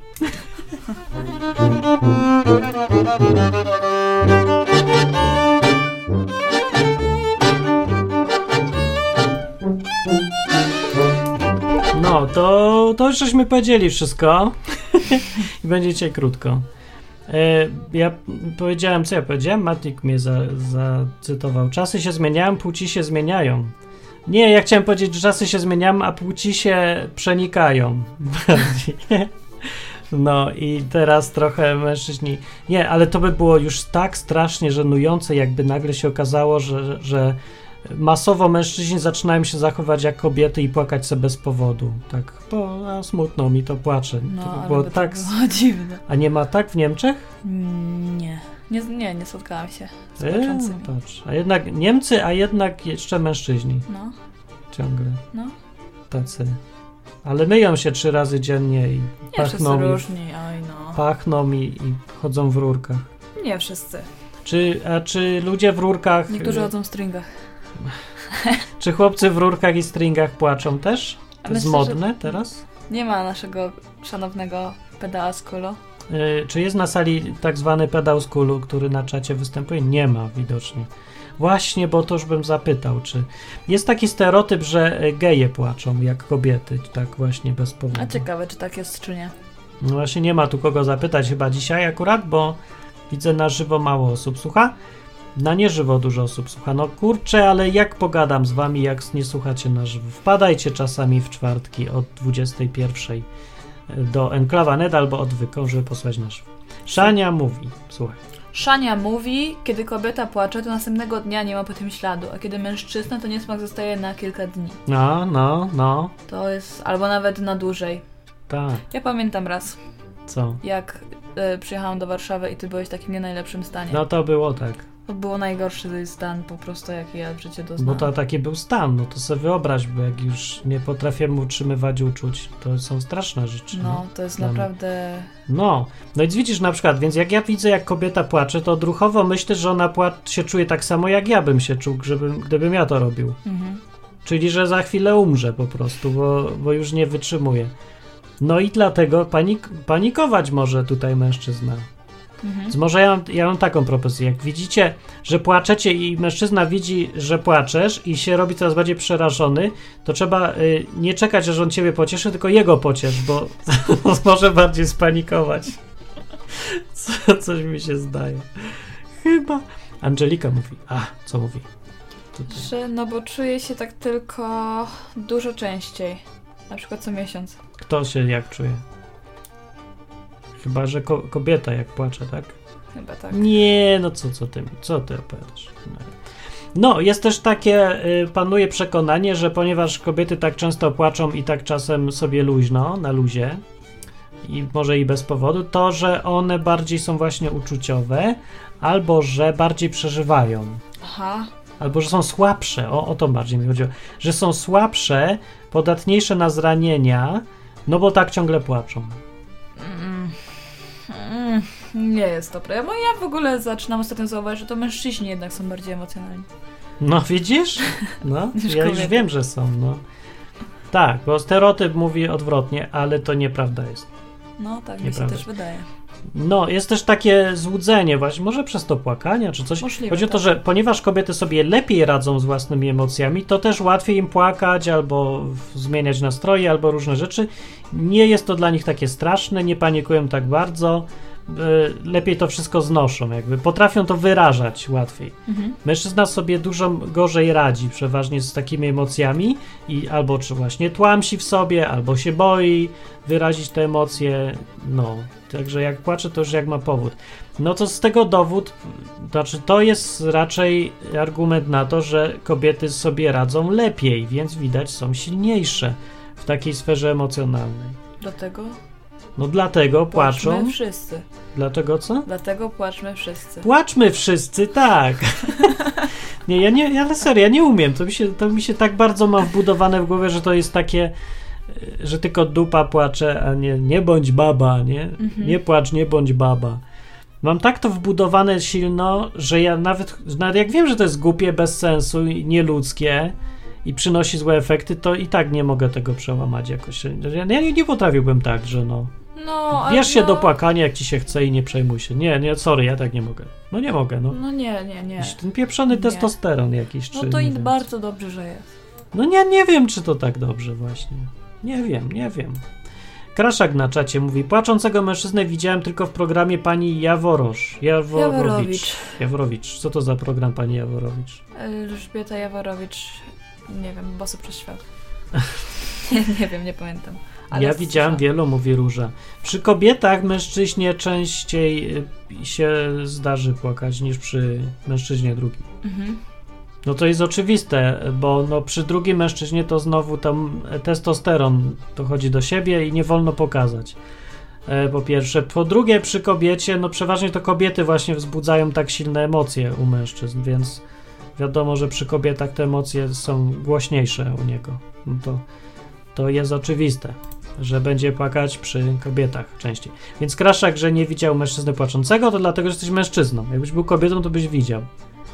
No, to, to już żeśmy powiedzieli wszystko. I będzie dzisiaj krótko. E, ja powiedziałem, co ja powiedziałem? Matik mnie za, zacytował. Czasy się zmieniają, płci się zmieniają. Nie, ja chciałem powiedzieć, że czasy się zmieniają, a płci się przenikają. Bardziej. No i teraz trochę mężczyźni... Nie, ale to by było już tak strasznie żenujące, jakby nagle się okazało, że, że masowo mężczyźni zaczynają się zachować jak kobiety i płakać sobie bez powodu. Tak, bo a smutno mi to płacze. No, to ale było by tak... to było dziwne. A nie ma tak w Niemczech? Mm, Nie. Nie, nie, nie spotkałam się z E, płaczącymi. patrz. A jednak Niemcy, a jednak jeszcze mężczyźni. No, Ciągle. no. Tacy. Ale myją się trzy razy dziennie i Nie wszyscy pachną, i, różni, oj no. pachną i, i chodzą w rurkach. Nie wszyscy. Czy, a czy ludzie w rurkach... Niektórzy y, chodzą w stringach. Czy chłopcy w rurkach i stringach płaczą też? To jest Myślę, modne że teraz? Nie ma naszego szanownego pedała z kulu. Y, czy jest na sali tak zwany pedał z kulu, który na czacie występuje? Nie ma widocznie. Właśnie, bo to już bym zapytał, czy jest taki stereotyp, że y, geje płaczą jak kobiety, tak właśnie bez powodu. A ciekawe, czy tak jest, czy nie. No właśnie nie ma tu kogo zapytać chyba dzisiaj akurat, bo widzę na żywo mało osób słucha. Na nieżywo dużo osób słucha. No kurczę, ale jak pogadam z wami, jak nie słuchacie na żywo? Wpadajcie czasami w czwartki od dwudziestej pierwszej do Enklawa Net albo odwyką, żeby posłać na żywo. Szania mówi, słuchaj. Szania mówi, kiedy kobieta płacze, to następnego dnia nie ma po tym śladu, a kiedy mężczyzna, to niesmak zostaje na kilka dni. No, no, no, To jest, albo nawet na dłużej. tak, Ja pamiętam raz, co? jak y, przyjechałam do Warszawy i ty byłeś w takim nie najlepszym stanie. No to było tak. To był najgorszy stan po prostu, jaki ja w życiu doznałam. Bo to taki był stan, no to sobie wyobraź, bo jak już nie potrafimy utrzymywać uczuć, to są straszne rzeczy. No, no to jest Dla naprawdę... No, no i widzisz na przykład, więc jak ja widzę, jak kobieta płacze, to odruchowo myślę, że ona pła- się czuje tak samo, jak ja bym się czuł, żeby, gdybym ja to robił. Mhm. Czyli, że za chwilę umrze po prostu, bo, bo już nie wytrzymuje. No i dlatego panik- panikować może tutaj mężczyzna. Mhm. Więc może ja mam, ja mam taką propozycję. Jak widzicie, że płaczecie i mężczyzna widzi, że płaczesz i się robi coraz bardziej przerażony, to trzeba y, nie czekać, aż on ciebie pocieszy, tylko jego pociesz, bo może bardziej spanikować. Co, coś mi się zdaje. Chyba. Angelika mówi. A, co mówi? Tutaj. Że no bo czuję się tak tylko dużo częściej. Na przykład co miesiąc. Kto się jak czuje? Chyba, że ko- kobieta jak płacze, tak? Chyba tak. Nie, no co, co ty, co ty opowiadasz? No. no, jest też takie, y, panuje przekonanie, że ponieważ kobiety tak często płaczą i tak czasem sobie luźno, na luzie, i może i bez powodu, to, że one bardziej są właśnie uczuciowe, albo że bardziej przeżywają. Aha. Albo że są słabsze, o, o to bardziej mi chodziło, że są słabsze, podatniejsze na zranienia, no bo tak ciągle płaczą. Mm, mm, nie jest to prawda. Bo ja w ogóle zaczynam ostatnio zauważyć, że to mężczyźni jednak są bardziej emocjonalni. No widzisz? No, ja już wiem, że są, no. Tak, bo stereotyp mówi odwrotnie, ale to nieprawda jest. No tak, mi się też wydaje. No, jest też takie złudzenie właśnie, może przez to płakania czy coś. Możliwe, Chodzi o to, tak. że ponieważ kobiety sobie lepiej radzą z własnymi emocjami, to też łatwiej im płakać albo zmieniać nastroje, albo różne rzeczy. Nie jest to dla nich takie straszne, nie panikują tak bardzo, lepiej to wszystko znoszą, jakby potrafią to wyrażać łatwiej. Mhm. Mężczyzna sobie dużo gorzej radzi przeważnie z takimi emocjami i albo czy właśnie tłamsi w sobie, albo się boi wyrazić te emocje, no. Także jak płacze, to już jak ma powód. No to z tego dowód, znaczy to jest raczej argument na to, że kobiety sobie radzą lepiej, więc widać są silniejsze w takiej sferze emocjonalnej. Dlatego? No dlatego płaczą. Płaczmy wszyscy. Dlaczego co? Dlatego płaczmy wszyscy. Płaczmy wszyscy, tak. nie, ja nie, ja serio, ja nie umiem. To mi, się, to mi się tak bardzo ma wbudowane w głowie, że to jest takie, że tylko dupa płacze, a nie, nie bądź baba, nie? Mhm. Nie płacz, nie bądź baba. Mam tak to wbudowane silno, że ja nawet, nawet jak wiem, że to jest głupie, bez sensu i nieludzkie i przynosi złe efekty, to i tak nie mogę tego przełamać jakoś. Ja nie, nie potrafiłbym tak, że no... No, Bierz się no... do płakania, jak ci się chce i nie przejmuj się. Nie, nie, sorry, ja tak nie mogę. No nie mogę, no. No nie, nie, nie. Ten pieprzony nie. testosteron jakiś. No czy, to i wiem. bardzo dobrze, że jest. No nie, nie wiem, czy to tak dobrze właśnie. Nie wiem, nie wiem. Kraszak na czacie mówi, płaczącego mężczyznę widziałem tylko w programie pani Jaworosz. Jaworowicz. Jaworowicz. Jaworowicz. Co to za program pani Jaworowicz? Elżbieta Jaworowicz. Nie wiem, Bosy przez świat. nie, nie wiem, nie pamiętam. Ale ja widziałem wielu, mówi Róża. Przy kobietach mężczyźnie częściej się zdarzy płakać niż przy mężczyźnie drugim. Mhm. No to jest oczywiste, bo no przy drugim mężczyźnie to znowu tam testosteron dochodzi do siebie i nie wolno pokazać. E, po pierwsze. Po drugie, przy kobiecie, no przeważnie to kobiety właśnie wzbudzają tak silne emocje u mężczyzn, więc wiadomo, że przy kobietach te emocje są głośniejsze u niego. No to, to jest oczywiste, że będzie płakać przy kobietach częściej. Więc Kraszak, że nie widział mężczyzny płaczącego, to dlatego, że jesteś mężczyzną. Jakbyś był kobietą, to byś widział.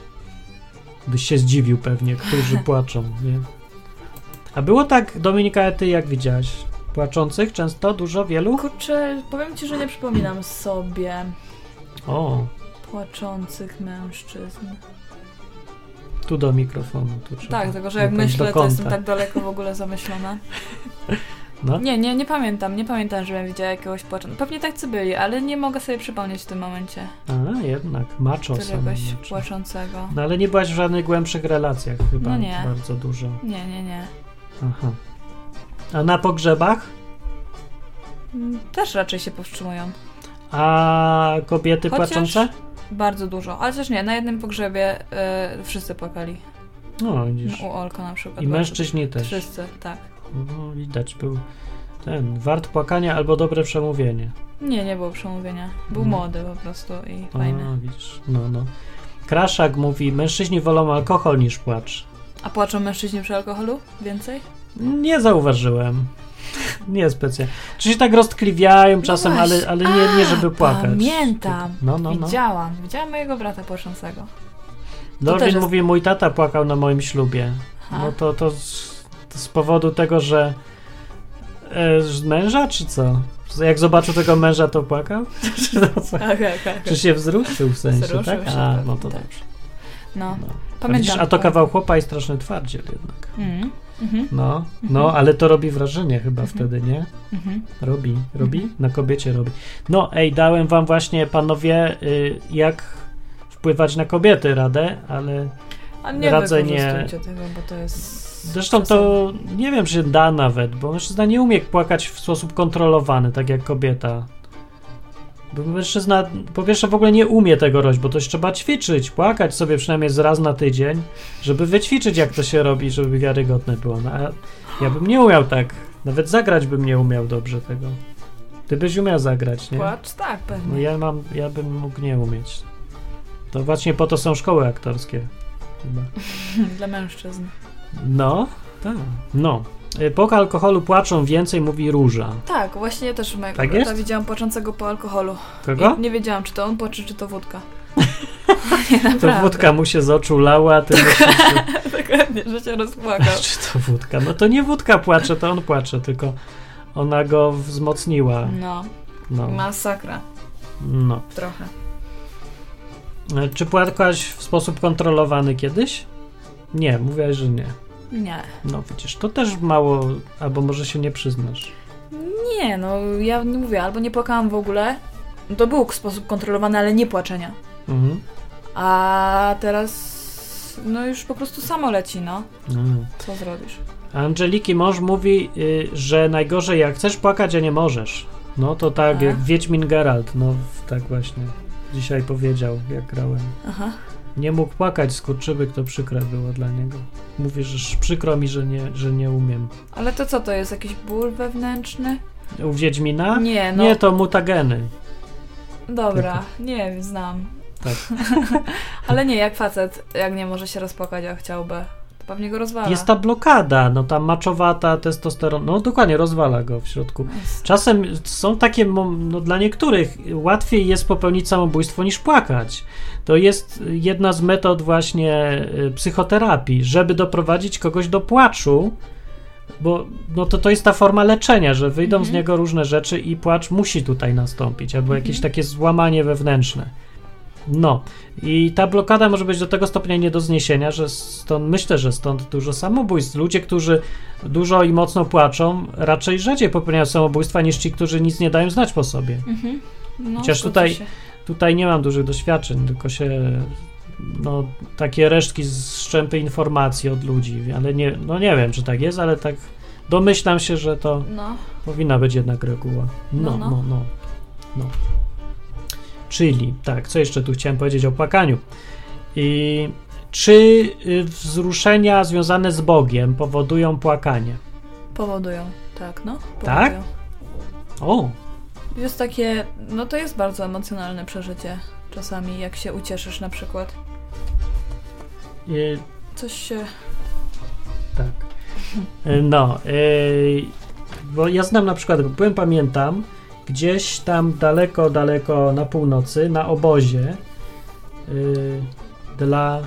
Byś się zdziwił pewnie, którzy płaczą, nie? A było tak, Dominika, ty jak widziałaś? Płaczących często? Dużo? Wielu? Kurczę, powiem ci, że nie przypominam sobie o. płaczących mężczyzn. Tu do mikrofonu. Tu trzeba tak, tylko że jak myślę, to jestem tak daleko w ogóle zamyślona. No? Nie, nie, nie pamiętam. Nie pamiętam, żebym widziała jakiegoś płaczącego. Pewnie tacy byli, ale nie mogę sobie przypomnieć w tym momencie. A, jednak. Macho są. Któregoś płaczącego. No ale nie byłaś w żadnych głębszych relacjach chyba. No nie. Bardzo dużo. Nie, nie, nie. Aha. A na pogrzebach? Też raczej się powstrzymują. A kobiety Chociaż płaczące? Bardzo dużo. Ale też nie, na jednym pogrzebie y, wszyscy płakali. No, widzisz. U Olka na przykład. I mężczyźni też. Wszyscy, tak. No, widać, był ten wart płakania albo dobre przemówienie. Nie, nie było przemówienia. Był no. młody po prostu i fajny. A, widzisz, no, no. Kraszak mówi, mężczyźni wolą alkohol niż płacz. A płaczą mężczyźni przy alkoholu? Więcej? Nie zauważyłem. Nie specjalnie. Czy się tak roztkliwiają czasem, no ale, ale nie, nie żeby płakać. Pamiętam. No, no, no. Widziałam. Widziałam mojego brata płaczącego. Norwin jest... mówi, mój tata płakał na moim ślubie. Aha. No to, to, z, to z powodu tego, że e, z męża, czy co? Jak zobaczył tego męża, to płakał? Czy, no co? Okay, okay, okay. Czy się wzruszył w sensie, Wzruszył tak? Się, A, tak, no to tak. dobrze. No, no. pamiętam. A, widzisz, a to kawał chłopa i straszny twardziel jednak. Mm. Mm-hmm. No, no, ale to robi wrażenie chyba mm-hmm. wtedy, nie? Mm-hmm. Robi, robi? Mm-hmm. Na kobiecie robi. No, ej, dałem wam właśnie, panowie, y, jak wpływać na kobiety radę, ale a nie radzę nie... tego, bo to jest... Zresztą to nie wiem, czy da nawet, bo mężczyzna nie umie płakać w sposób kontrolowany, tak jak kobieta. Bo mężczyzna po pierwsze w ogóle nie umie tego robić, bo to trzeba ćwiczyć, płakać sobie przynajmniej z raz na tydzień, żeby wyćwiczyć, jak to się robi, żeby wiarygodne było. No, a ja bym nie umiał tak, nawet zagrać bym nie umiał dobrze tego. Ty byś umiał zagrać, nie? Płacz, tak, pewnie. No ja mam, ja bym mógł nie umieć. To właśnie po to są szkoły aktorskie. Chyba. Dla mężczyzn. No, tak. No. Po alkoholu płaczą więcej, mówi Róża. Tak, właśnie ja też mojego tak brata widziałam płaczącego po alkoholu. Kogo? I nie wiedziałam, czy to on płacze, czy to wódka. Nie, to wódka mu się z oczu lała, a ty myślisz, że... Dokładnie, że się rozpłakał. Czy to wódka? No to nie wódka płacze, to on płacze, tylko ona go wzmocniła. No, no. Masakra. No. Trochę. Czy płakałaś w sposób kontrolowany kiedyś? Nie, mówiłaś, że nie. Nie. No widzisz, to też mało, albo może się nie przyznasz. Nie, no ja nie mówię, albo nie płakałam w ogóle. To był w sposób kontrolowany, ale nie płaczenia. Mhm. A teraz no już po prostu samo leci, no. Mhm. Co zrobisz? Angeliki mąż mówi, y, że najgorzej jak chcesz płakać, a nie możesz. No to tak, a? Jak Wiedźmin Geralt, no tak właśnie dzisiaj powiedział, jak grałem. Aha. Nie mógł płakać, skurczybyk, to przykre było dla niego. Mówi, że przykro mi, że nie, że nie umiem. Ale to co to jest? Jakiś ból wewnętrzny? U Wiedźmina? Nie, no. Nie, to mutageny. Dobra, Tylko. nie znam. Tak. Ale nie, jak facet, jak nie może się rozpłakać, a chciałby, to pewnie go rozwala. Jest ta blokada, no ta maczowata, testosteron, no dokładnie, rozwala go w środku. Czasem są takie, no dla niektórych łatwiej jest popełnić samobójstwo niż płakać. To jest jedna z metod właśnie psychoterapii, żeby doprowadzić kogoś do płaczu, bo no to, to jest ta forma leczenia, że wyjdą mhm. z niego różne rzeczy i płacz musi tutaj nastąpić, albo mhm. jakieś takie złamanie wewnętrzne. No i ta blokada może być do tego stopnia nie do zniesienia, że stąd, myślę, że stąd dużo samobójstw. Ludzie, którzy dużo i mocno płaczą, raczej rzadziej popełniają samobójstwa niż ci, którzy nic nie dają znać po sobie. Mhm. No, Chociaż tutaj, tutaj nie mam dużych doświadczeń, tylko się no, takie resztki z szczępy informacji od ludzi, ale nie, no nie wiem, czy tak jest, ale tak domyślam się, że to no. powinna być jednak reguła. No, no, no, no. no. Czyli, tak, co jeszcze tu chciałem powiedzieć o płakaniu. I czy wzruszenia związane z Bogiem powodują płakanie? Powodują, tak, no. Powodują. Tak? O! Jest takie, no to jest bardzo emocjonalne przeżycie czasami, jak się ucieszysz na przykład. I... Coś się... Tak. No, yy, bo ja znam na przykład, byłem, pamiętam, gdzieś tam daleko, daleko na północy, na obozie yy, dla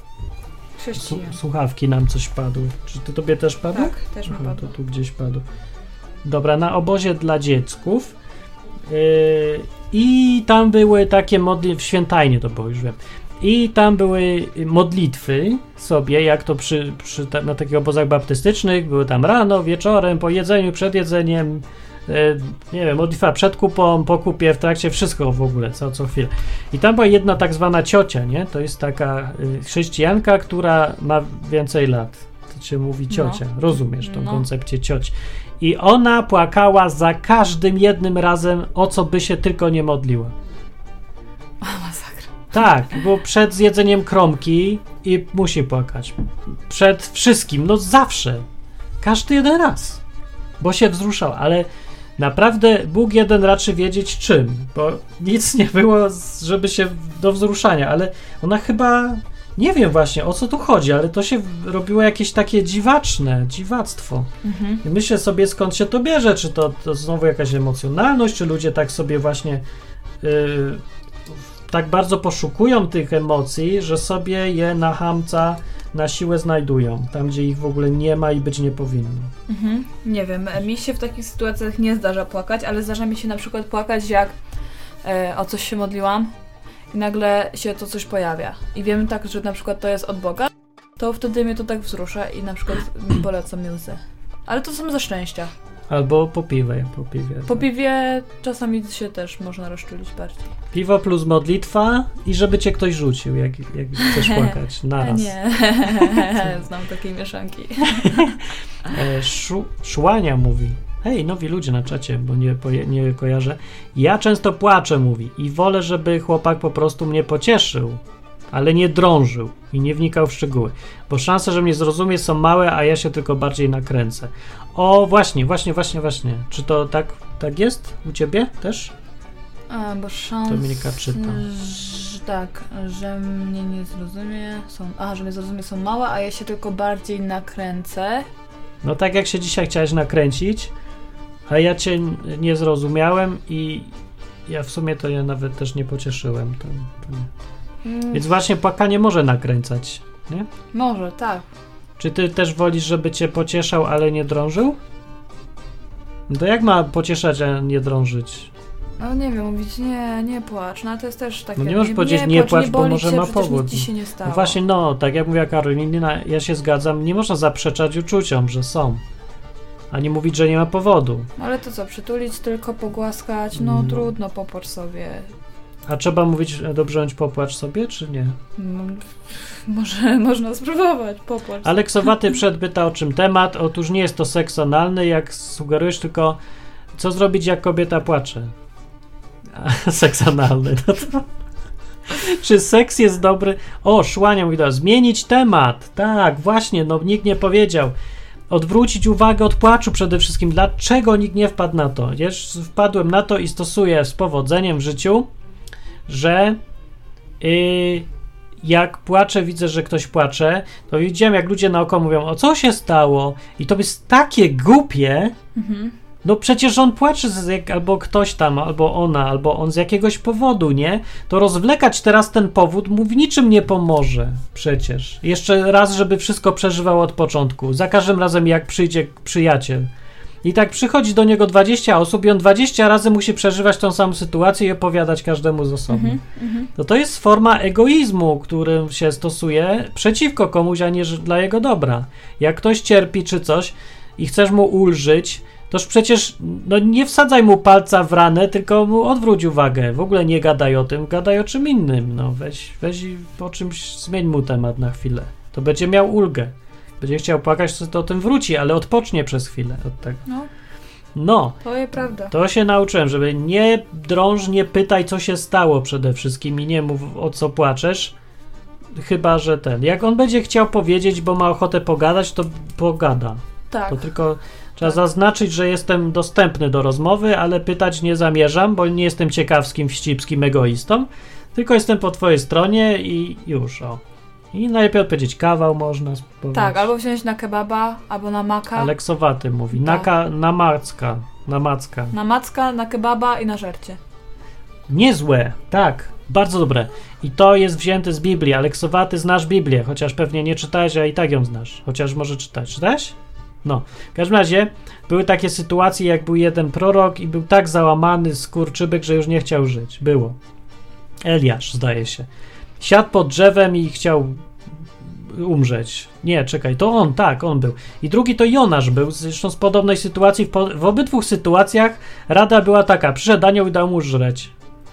su- słuchawki nam coś padły. Czy to tobie też padło? Tak, też mi padło. To tu gdzieś padło. Dobra, na obozie dla dziecków yy, i tam były takie modlitwy, w Świętajnie to było, już wiem. I tam były modlitwy sobie, jak to przy, przy ta, na takich obozach baptystycznych, były tam rano, wieczorem, po jedzeniu, przed jedzeniem, nie wiem, modlitwa przed kupą, po kupie, w trakcie, wszystko w ogóle, co, co chwilę. I tam była jedna tak zwana ciocia, nie? To jest taka y, chrześcijanka, która ma więcej lat. To się mówi ciocia. No. Rozumiesz tą no. koncepcję cioci. I ona płakała za każdym jednym razem, o co by się tylko nie modliła. O, masakra. Tak, bo przed zjedzeniem kromki i musi płakać. Przed wszystkim, no zawsze. Każdy jeden raz. Bo się wzruszał, ale Naprawdę Bóg jeden raczy wiedzieć czym, bo nic nie było, żeby się do wzruszania, ale ona chyba, nie wiem właśnie o co tu chodzi, ale to się robiło jakieś takie dziwaczne, dziwactwo. Mhm. I myślę sobie, skąd się to bierze, czy to, to znowu jakaś emocjonalność, czy ludzie tak sobie właśnie yy, tak bardzo poszukują tych emocji, że sobie je na chamca, na siłę znajdują, tam gdzie ich w ogóle nie ma i być nie powinno. Mhm. Nie wiem, mi się w takich sytuacjach nie zdarza płakać, ale zdarza mi się na przykład płakać, jak e, o coś się modliłam i nagle się to coś pojawia. I wiem tak, że na przykład to jest od Boga, to wtedy mnie to tak wzrusza i na przykład polecam mi łzy. Ale to są ze szczęścia. Albo po piwie, po piwie. Po piwie czasami się też można rozczulić bardziej. Piwo plus modlitwa i żeby cię ktoś rzucił, jak, jak chcesz płakać. Naraz. Nie, znam takiej mieszanki. Szu, Szłania mówi, hej, nowi ludzie na czacie, bo nie, nie kojarzę. Ja często płaczę, mówi, i wolę, żeby chłopak po prostu mnie pocieszył, ale nie drążył i nie wnikał w szczegóły, bo szanse, że mnie zrozumie, są małe, a ja się tylko bardziej nakręcę. O, właśnie, właśnie, właśnie, właśnie. Czy to tak, tak jest u ciebie też? A, bo szanse... Dominika czyta. Że, tak, że mnie nie zrozumie, są... A, że mnie zrozumie są małe, a ja się tylko bardziej nakręcę. No tak jak się dzisiaj chciałeś nakręcić, a ja cię nie zrozumiałem i ja w sumie to ja nawet też nie pocieszyłem. To, to nie. Mm. Więc właśnie płakanie może nakręcać, nie? Może, tak. Czy ty też wolisz, żeby cię pocieszał, ale nie drążył? No to jak ma pocieszać, a nie drążyć? No nie wiem, mówić nie, nie płacz, no to jest też takie... No nie możesz nie, powiedzieć nie, nie płacz, płacz, nie bo może cię, ma powód. Nic ci się nie stało. No właśnie, no, tak jak mówiła Karolina, ja się zgadzam, nie można zaprzeczać uczuciom, że są. A nie mówić, że nie ma powodu. Ale to co, przytulić, tylko pogłaskać, no, no. Trudno, popłacz sobie. A trzeba mówić, dobrze, bądź popłacz sobie, czy nie? No, może można spróbować, popłacz. Aleksowaty przedpyta, o czym temat. Otóż nie jest to seks analny, jak sugerujesz, tylko co zrobić, jak kobieta płacze? A, seks analny, no to... Czy seks jest dobry? O, Szłania mówi, zmienić temat. Tak, właśnie, no nikt nie powiedział. Odwrócić uwagę od płaczu przede wszystkim. Dlaczego nikt nie wpadł na to? Ja wpadłem na to i stosuję z powodzeniem w życiu, że yy, jak płaczę, widzę, że ktoś płacze, to widziałem, jak ludzie naokoło mówią, o co się stało? I to jest takie głupie. Mhm. No przecież on płacze z jak, albo ktoś tam, albo ona, albo on z jakiegoś powodu, nie? To rozwlekać teraz ten powód mu w niczym nie pomoże przecież. Jeszcze raz, żeby wszystko przeżywał od początku. Za każdym razem, jak przyjdzie przyjaciel. I tak przychodzi do niego dwadzieścia osób i on dwadzieścia razy musi przeżywać tą samą sytuację i opowiadać każdemu z osobna. Mm-hmm. To to jest forma egoizmu, którym się stosuje przeciwko komuś, a nie dla jego dobra. Jak ktoś cierpi czy coś i chcesz mu ulżyć, toż przecież no nie wsadzaj mu palca w ranę, tylko mu odwróć uwagę. W ogóle nie gadaj o tym, gadaj o czym innym. No weź, weź i o czymś zmień mu temat na chwilę. To będzie miał ulgę. Będzie chciał płakać, to o tym wróci, ale odpocznie przez chwilę od tego. No. No. To jest prawda. To się nauczyłem, żeby nie drąż, nie pytaj, co się stało przede wszystkim i nie mów, o co płaczesz. Chyba, że ten. Jak on będzie chciał powiedzieć, bo ma ochotę pogadać, to pogada. Tak. To tylko trzeba tak zaznaczyć, że jestem dostępny do rozmowy, ale pytać nie zamierzam, bo nie jestem ciekawskim, wścibskim egoistą, tylko jestem po twojej stronie i już, o. I najlepiej odpowiedzieć kawał można spróbować. Tak, albo wziąć na kebaba, albo na maka. Aleksowaty mówi, tak. na, ka, na macka, na macka. Na macka, na kebaba i na żercie. Niezłe, tak, bardzo dobre. I to jest wzięte z Biblii. Aleksowaty, znasz Biblię, chociaż pewnie nie czytałeś, a i tak ją znasz. Chociaż może czytać. Czytałeś? No. W każdym razie były takie sytuacje, jak był jeden prorok i był tak załamany skurczybyk, że już nie chciał żyć. Było. Eliasz, zdaje się. Siadł pod drzewem i chciał umrzeć. Nie, czekaj, to on, tak, on był. I drugi to Jonasz był, zresztą z podobnej sytuacji. W, po, w obydwu sytuacjach rada była taka, przyszedł anioł i dał mu żreć.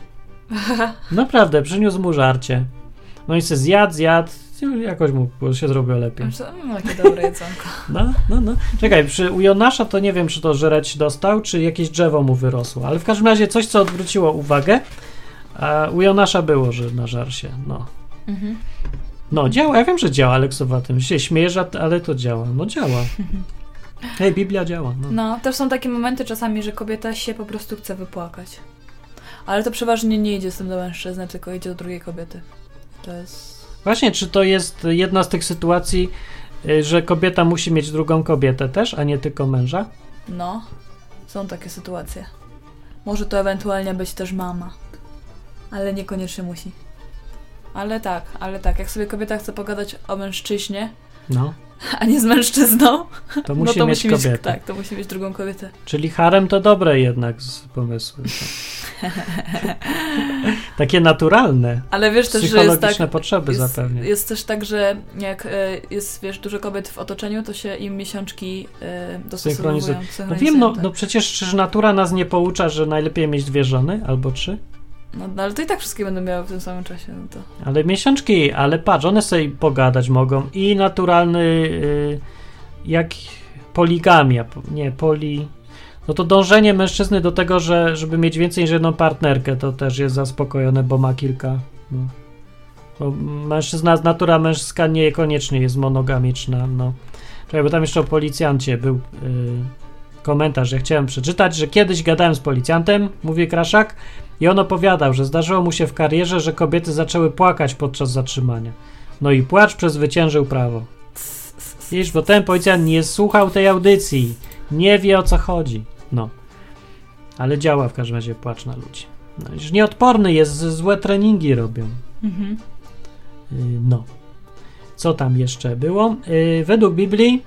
Naprawdę, przyniósł mu żarcie. No i se zjadł, zjadł, jakoś mu się zrobiło lepiej. No, jakie dobre jedzonko. No, no, no. Czekaj, przy, u Jonasza to nie wiem, czy to żreć dostał, czy jakieś drzewo mu wyrosło, ale w każdym razie coś, co odwróciło uwagę. A u Jonasza było, że nażar się, no. Mhm. No, działa, ja wiem, że działa Aleksowatym. Się śmiejesz, ale to działa. No działa. Hej, Biblia działa. No. no, też są takie momenty czasami, że kobieta się po prostu chce wypłakać. Ale to przeważnie nie idzie z tym do mężczyzny, tylko idzie do drugiej kobiety. To jest... Właśnie, czy to jest jedna z tych sytuacji, że kobieta musi mieć drugą kobietę też, a nie tylko męża? No, są takie sytuacje. Może to ewentualnie być też mama, ale niekoniecznie musi. Ale tak, ale tak, jak sobie kobieta chce pogadać o mężczyźnie, no. a nie z mężczyzną, to musi no to mieć musi kobietę. Mieć, tak, to musi mieć drugą kobietę. Czyli harem to dobre jednak z pomysłu. Takie naturalne. Ale wiesz też, że jest psychologiczne tak, potrzeby jest, zapewne. Jest też tak, że jak jest, wiesz, dużo kobiet w otoczeniu, to się im miesiączki y, dostosowują. No wiem, no, no przecież czyż natura nas nie poucza, że najlepiej mieć dwie żony albo trzy? No, no ale to i tak wszystkie będą miały w tym samym czasie. No to... Ale miesiączki, ale patrz, one sobie pogadać mogą i naturalny y, jak poligamia, nie, poli... No to dążenie mężczyzny do tego, że, żeby mieć więcej niż jedną partnerkę, to też jest zaspokojone, bo ma kilka. No. Bo mężczyzna, natura męska niekoniecznie jest monogamiczna. No. Czekaj, bo tam jeszcze o policjancie był yy, komentarz, ja chciałem przeczytać, że kiedyś gadałem z policjantem, mówi Kraszak, i on opowiadał, że zdarzyło mu się w karierze, że kobiety zaczęły płakać podczas zatrzymania. No i płacz przezwyciężył prawo. Wiesz, bo ten policjant nie słuchał tej audycji. Nie wie, o co chodzi. No. Ale działa w każdym razie płacz na ludzi. No, już nieodporny jest, złe treningi robią. Mhm. Yy, no. Co tam jeszcze było? Yy, według Biblii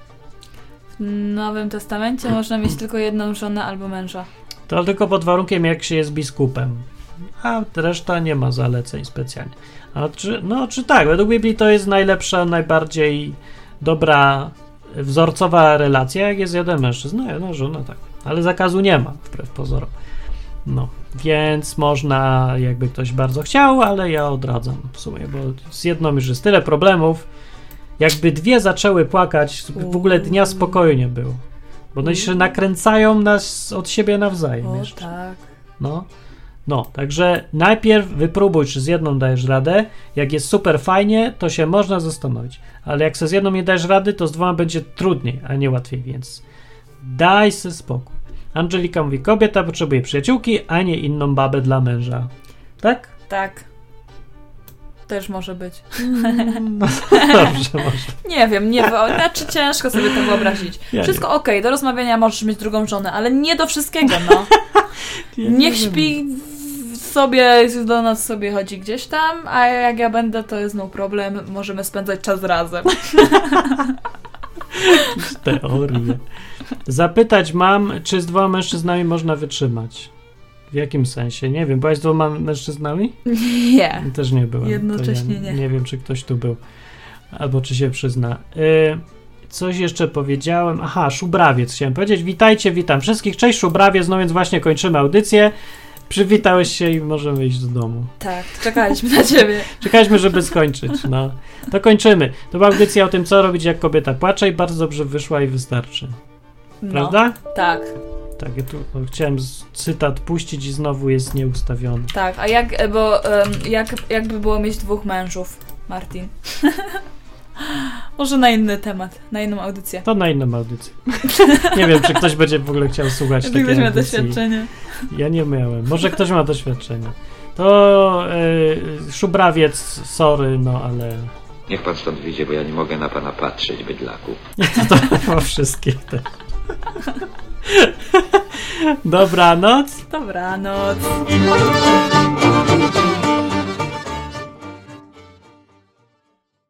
w Nowym Testamencie można mieć tylko jedną żonę albo męża. To tylko pod warunkiem, jak się jest biskupem. A reszta nie ma zaleceń specjalnie. A czy, no, czy tak? Według Biblii to jest najlepsza, najbardziej dobra, wzorcowa relacja, jak jest jeden mężczyzna, jedna żona, tak. Ale zakazu nie ma, wbrew pozorom. No, więc można, jakby ktoś bardzo chciał, ale ja odradzam w sumie, bo z jedną już jest tyle problemów. Jakby dwie zaczęły płakać, w ogóle dnia spokoju nie było. Bo one się nakręcają nas od siebie nawzajem O, jeszcze. tak. No. No, także najpierw wypróbuj, czy z jedną dajesz radę. Jak jest super fajnie, to się można zastanowić. Ale jak se z jedną nie dajesz rady, to z dwoma będzie trudniej, a nie łatwiej, więc daj se spokój. Angelika mówi, kobieta potrzebuje przyjaciółki, a nie inną babę dla męża. Tak? Tak. Też może być. No, dobrze, może. Nie wiem, nie, znaczy ciężko sobie to wyobrazić. Ja Wszystko okej, okay, do rozmawiania możesz mieć drugą żonę, ale nie do wszystkiego, no. Ja Niech śpi sobie, do nas sobie chodzi gdzieś tam, a jak ja będę, to jest no problem, możemy spędzać czas razem. Teorie. Zapytać mam, czy z dwoma mężczyznami można wytrzymać. W jakim sensie? Nie wiem, byłaś z dwoma mężczyznami? Nie. Też nie byłem. Jednocześnie ja nie. Nie wiem, czy ktoś tu był. Albo czy się przyzna. Y, coś jeszcze powiedziałem. Aha, Szubrawiec chciałem powiedzieć. Witajcie, witam wszystkich. Cześć, Szubrawiec. No więc właśnie kończymy audycję. Przywitałeś się i możemy iść do domu. Tak, czekaliśmy na ciebie. Czekaliśmy, żeby skończyć. No, to kończymy. To była audycja o tym, co robić, jak kobieta płacze i bardzo dobrze wyszła i wystarczy. Prawda? No, tak. Tak, ja tu no, chciałem z, cytat puścić i znowu jest nieustawiony. Tak, a jak, bo um, jak, jakby było mieć dwóch mężów, Martin? Może na inny temat, na inną audycję. To na inną audycję. Nie wiem, czy ktoś będzie w ogóle chciał słuchać takiej audycji. audycji. Ktoś ma doświadczenie. Ja nie miałem. Może ktoś ma doświadczenie. To yy, Szubrawiec, sorry, no ale... Niech pan stąd wyjdzie, bo ja nie mogę na pana patrzeć, bydlaku. To chyba wszystkich też. Dobranoc. Dobranoc.